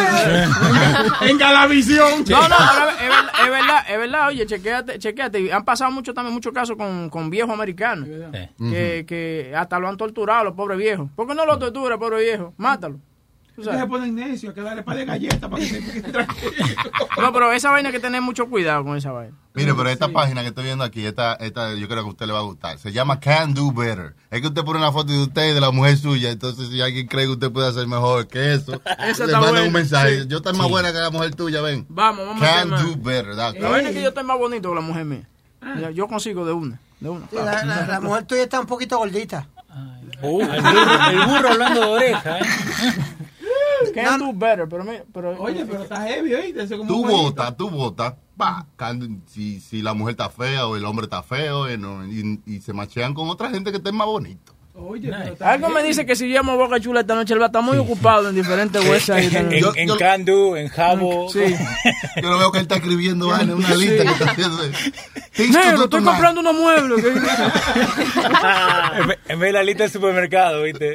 En Galavisión. No, no, pero es, es verdad, es verdad, es verdad, oye, chequéate, chequéate. Han pasado mucho también muchos casos con, con viejos americanos que, que hasta lo han torturado los pobres viejos. ¿Por qué no lo tortura, pobre viejo? Mátalo. Tú Ustedes sabes. se ponen necios, que darle par de galletas para que se quede tranquilo. No, pero esa vaina hay que tener mucho cuidado con esa vaina. Mire, pero esta página que estoy viendo aquí, esta, esta yo creo que a usted le va a gustar. Se llama Can Do Better. Es que usted pone una foto de usted y de la mujer suya, entonces si alguien cree que usted puede hacer mejor que eso, Esa le está manda buena. un mensaje. Sí. Yo estoy más Sí. buena que la mujer tuya, ven. Vamos, vamos a Can meter Do más. Better. da- La vaina es que yo estoy más bonito que la mujer mía. Mira, yo consigo de una, de una. Sí, la, la- la mujer tuya está un poquito gordita. Uh, el, burro, el burro hablando de oreja, ¿eh? Can't do better, pero, me- pero Oye, pero está heavy, ¿oíste? Eso como Tú un jueguito. votas, tú votas. Pa, can- si, si la mujer está fea o el hombre está feo eh, no, y, y se machean con otra gente que esté más bonito. Oye, pero está Algo me heavy. dice que si llamo Boca Chula esta noche, él va a estar muy ocupado en diferentes websites. En, en, Yo- en yo- Can Do, en Jabo. Sí. Yo lo veo que él está escribiendo vaina, una lista que está haciendo. Things to Negro, do estoy tonight. comprando unos muebles. en, vez, en vez de la lista del supermercado, ¿viste?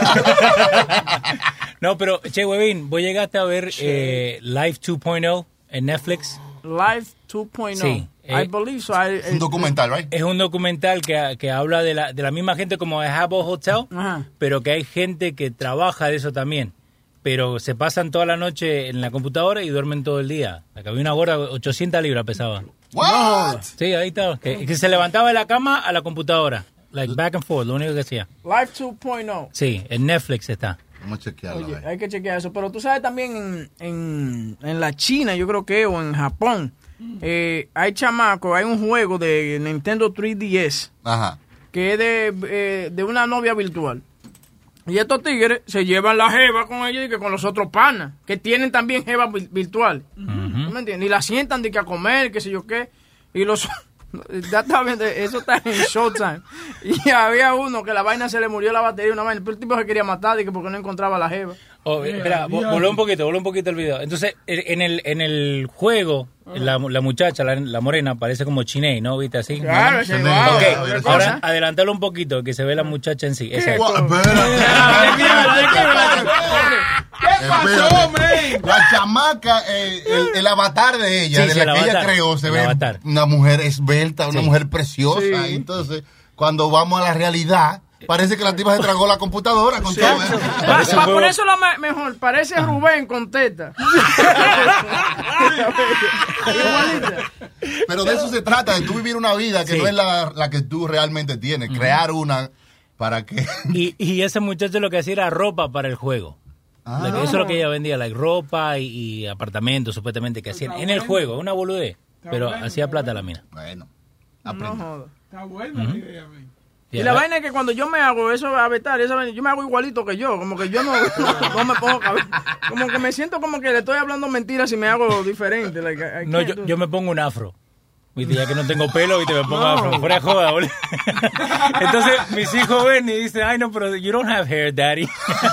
No, pero, che, Huevín, ¿vos llegaste a ver eh, Life dos punto cero en Netflix? Life dos punto cero. Sí. I Eh, believe so. I- Un documental, ¿right? Es un documental que, que habla de la, de la misma gente como de Habbo Hotel, Ajá. pero que hay gente que trabaja de eso también. Pero se pasan toda la noche en la computadora y duermen todo el día. La que había una gorda, ochocientas libras pesaba. What? Sí, ahí estaba. Que, que se levantaba de la cama a la computadora. Like back and forth, lo único que hacía. Life dos punto cero. Sí, en Netflix está. Vamos a chequearlo. Oye, ahí. hay que chequear eso. Pero tú sabes también en, en, en la China, yo creo que, o en Japón, eh, hay chamacos, hay un juego de Nintendo tres D S Ajá. que es de, eh, de una novia virtual. Y estos tigres se llevan la jeva con ellos y que con los otros panas, que tienen también jevas vi- virtuales. ¿No me entiendes? Y la sientan de que a comer, qué sé yo qué. Y los... Ya está bien, eso está en Showtime. Y había uno que la vaina se le murió la batería, una vaina. Pero el tipo se quería matar de que porque no encontraba la jeva. Oh, espera, vo- voló un poquito, voló un poquito el video. Entonces, en el, en el juego, la, la muchacha, la, la morena, parece como Chiney, ¿no? ¿Viste así? Claro, ¿no? es igual, Ok, otra cosa. ahora adelantalo un poquito, que se ve la muchacha en sí. Esa es. ¿Qué pasó, man? La chamaca, eh, el, el avatar de ella, Sí, de sí, la el que ella avatar. creó, se El ve avatar. una mujer esbelta, una Sí. mujer preciosa. Sí. Y entonces, cuando vamos a la realidad, parece que la tipa se tragó la computadora con todo eso. Pa- pa- por eso lo me- mejor, parece Rubén con teta. Pero de eso se trata, de tú vivir una vida que Sí. no es la, la que tú realmente tienes, crear una para que... Y, y ese muchacho lo que hacía era ropa para el juego. Ah. Like, eso es lo que ella vendía, like, ropa y, y apartamentos supuestamente que hacían en el juego, una boludez. Pero hacía plata la mina. Bueno, No joda. Está buena Ujú. la idea, man. Y la vaina es que cuando yo me hago eso a vetar, esa vaina, yo me hago igualito que yo, como que yo no, no me pongo cabeza, como que me siento como que le estoy hablando mentiras y me hago diferente. Like, I- I No, can't yo, do yo me pongo un afro. Viste, ya que no tengo pelo, viste, me pongo afro. Fuera de joda, boludo. Entonces, mis hijos ven y dicen, ay, no, pero you don't have hair, daddy.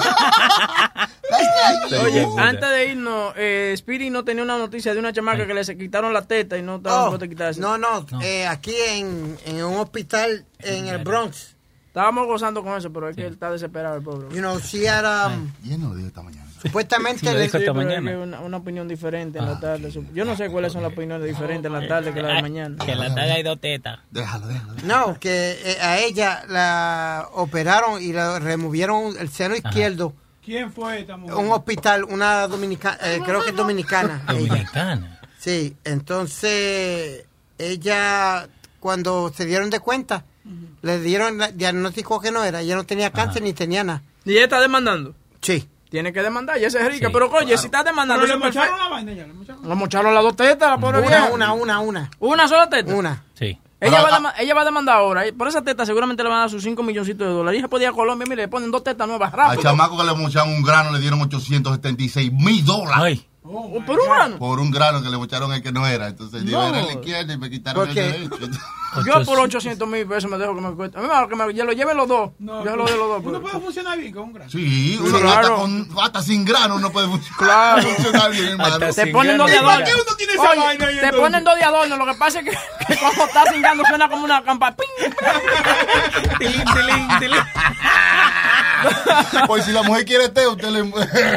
Oye, antes de irnos, eh, Speedy no tenía una noticia de una chamaca que le se quitaron la teta y no estaban Oh, supuestos a quitarse. no, no, eh, aquí en, en un hospital en el Bronx. Estábamos gozando con eso, pero es que él está desesperado, el pobre. You know, she had, um, ¿Quién lo dijo esta mañana? supuestamente Sí, lo le- dijo esta pero es mañana. que una, una opinión diferente en la tarde. Su- Yo no sé cuáles son las opiniones diferentes en la tarde que la de mañana. Que la tarde hay dos tetas. Déjalo, déjalo. no, que eh, a ella la operaron y le removieron el seno izquierdo. ¿Quién fue esta mujer? Un hospital, una dominicana, eh, creo que es dominicana. ella. Dominicana. Sí, entonces ella, cuando se dieron de cuenta, le dieron el diagnóstico que no era, ella no tenía cáncer ni tenía nada. ¿Y ella está demandando? Sí. Tiene que demandar, ya esa es rica. Sí, pero oye, si está demandando, Pero le eso es perfecto. mocharon la vaina ya, le mocharon. Le mocharon las dos tetas, la pobre Una, vieja. una, una, una. ¿Una sola teta? Una. Sí. Ella, Pero, va a ah, dema- ella va a demandar ahora. y Por esa teta seguramente le van a dar sus cinco milloncitos de dólares. Y ella podía a Colombia, mire, le ponen dos tetas nuevas Al rápido. chamaco que le mocharon un grano le dieron ochocientos setenta y seis mil dólares. Ay. Oh, ¿Por un grano? Por un grano que le mocharon el que no era. Entonces yo No. era el izquierdo y me quitaron ¿Por qué? el derecho. Yo por ochocientos mil pesos me dejo que me cueste. A mí me va que me ya lo lleven los dos. No, yo lo de los dos. uno pero- puede funcionar bien con un grano. Sí, uno Claro. hasta, con, hasta sin grano no puede funcionar. Claro. funcionar bien, hermano. Hasta Te sin ponen dos de grano. adorno. ¿Para qué uno tiene esa Oye, vaina ahí, te entonces? ponen dos de adorno. Lo que pasa es que, que cuando estás cingando suena como una campana. ¡Ping! Tilín, tilín, tilín. Pues si la mujer quiere té, usted le...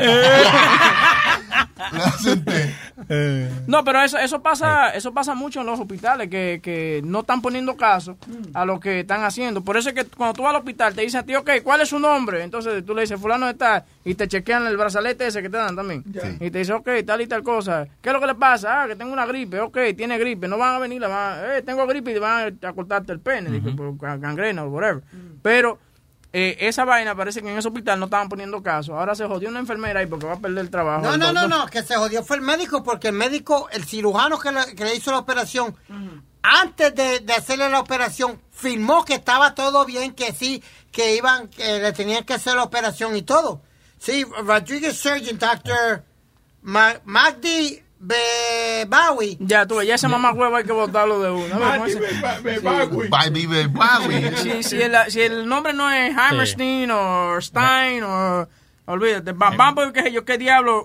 le hace té. No, pero eso eso pasa eso pasa mucho en los hospitales, que, que no están poniendo caso a lo que están haciendo. Por eso es que cuando tú vas al hospital te dicen a ti, ok, ¿cuál es su nombre? Entonces tú le dices, fulano está, y te chequean el brazalete ese que te dan también. Sí. Y te dicen, ok, tal y tal cosa. ¿Qué es lo que le pasa? Ah, que tengo una gripe. Ok, tiene gripe. No van a venir, le van a, eh, tengo gripe y le van a cortarte el pene, dije, por gangrena o whatever. Pero... Eh, esa vaina parece que en ese hospital no estaban poniendo caso. Ahora se jodió una enfermera ahí porque va a perder el trabajo. No, El no, no, doctor- no, que se jodió fue el médico, porque el médico, el cirujano que le, que le hizo la operación, antes de, de hacerle la operación, firmó que estaba todo bien, que sí, que iban, que le tenían que hacer la operación y todo. Sí, Rodriguez Surgeon, doctor Ma- Magdi Bebawi. Ya, tú ves, ya esa mamá huevo hay que botarlo de una. A ver, ¿cómo es? Baby, baby, baby. Si, si, el, si el nombre no es Hammerstein o Stein o... Olvídate, Bam Bam, porque yo qué diablo...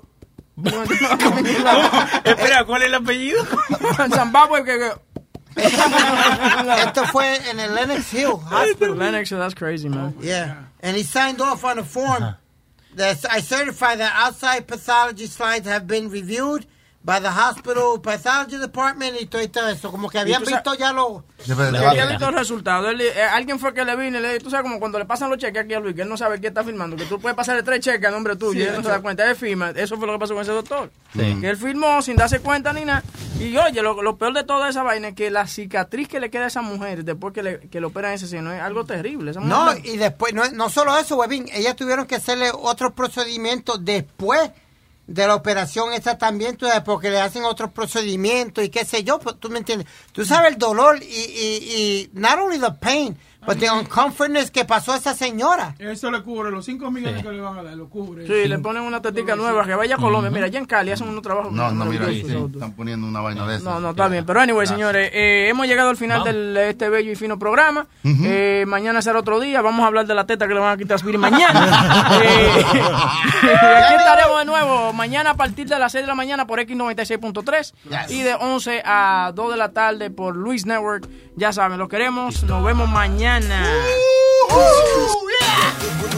Espera, ¿cuál es el apellido? Zimbabue, que... que- Esto fue en el Lenox Hill Hospital. Lennox, that's crazy, man. Yeah, and he signed off on a form that I certify that outside pathology slides have been reviewed by the hospital pathology department y todo eso, como que habían Y tú sabes- visto ya lo... Que había visto el resultado. Él, eh, alguien fue que le vino y le tú sabes como cuando le pasan los cheques aquí a Luis, que él no sabe quién está firmando, que tú puedes pasarle tres cheques a nombre tuyo Sí, y él no se sí. da cuenta, él firma. Eso fue lo que pasó con ese doctor. Sí. Que él firmó sin darse cuenta ni nada. Y oye, lo, lo peor de toda esa vaina es que la cicatriz que le queda a esa mujer después que le, que le operan ese seno es algo terrible. Esa No, mujer- y después, no, no solo eso, Webin, ellas tuvieron que hacerle otro procedimiento después de la operación esa también, tú sabes, porque le hacen otros procedimientos y qué sé yo, pues, tú me entiendes. Tú sabes el dolor y, y, y not only the pain, But the uncomfortness que pasó a esa señora. Eso le cubre, los cinco millones sí. que le van a dar, lo cubre. Sí, sí. Le ponen una tetica nueva, que vaya a Colombia. Uh-huh. Mira, allá en Cali hacen unos trabajos. No, no, mira ahí, sí. Están poniendo una vaina de eso. No, no, está bien. Pero anyway, Gracias. señores, eh, hemos llegado al final Vamos. de este bello y fino programa. Uh-huh. eh, mañana será otro día. Vamos a hablar de la teta que le van a quitar a Spirit mañana. eh, aquí estaremos de nuevo mañana a partir de las seis de la mañana por X noventa y seis punto tres yes. y de once a dos de la tarde por Luis Network. Ya saben, los queremos. Nos vemos mañana. Ooh, yeah.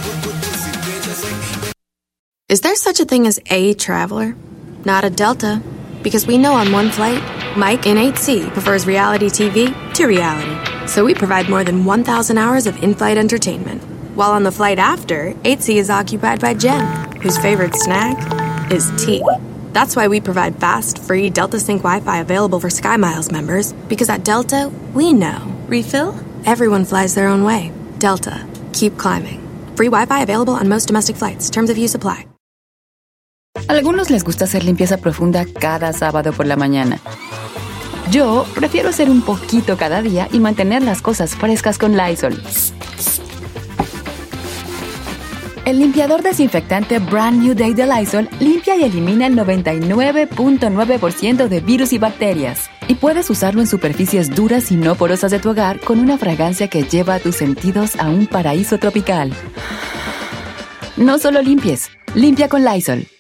Is there such a thing as a traveler? Not a Delta. Because we know on one flight, Mike in eight C prefers reality T V to reality. So we provide more than one thousand hours of in-flight entertainment. While on the flight after, eight C is occupied by Jen, whose favorite snack is tea. That's why we provide fast, free Delta Sync Wi-Fi available for SkyMiles members, because at Delta, we know. Refill? Everyone flies their own way. Delta. Keep climbing. Free Wi-Fi available on most domestic flights. Terms of use apply. Algunos les gusta hacer limpieza profunda cada sábado por la mañana. Yo prefiero hacer un poquito cada día y mantener las cosas frescas con Lysol. El limpiador desinfectante Brand New Day de Lysol limpia y elimina el noventa y nueve punto nueve por ciento de virus y bacterias. Y puedes usarlo en superficies duras y no porosas de tu hogar con una fragancia que lleva a tus sentidos a un paraíso tropical. No solo limpies, limpia con Lysol.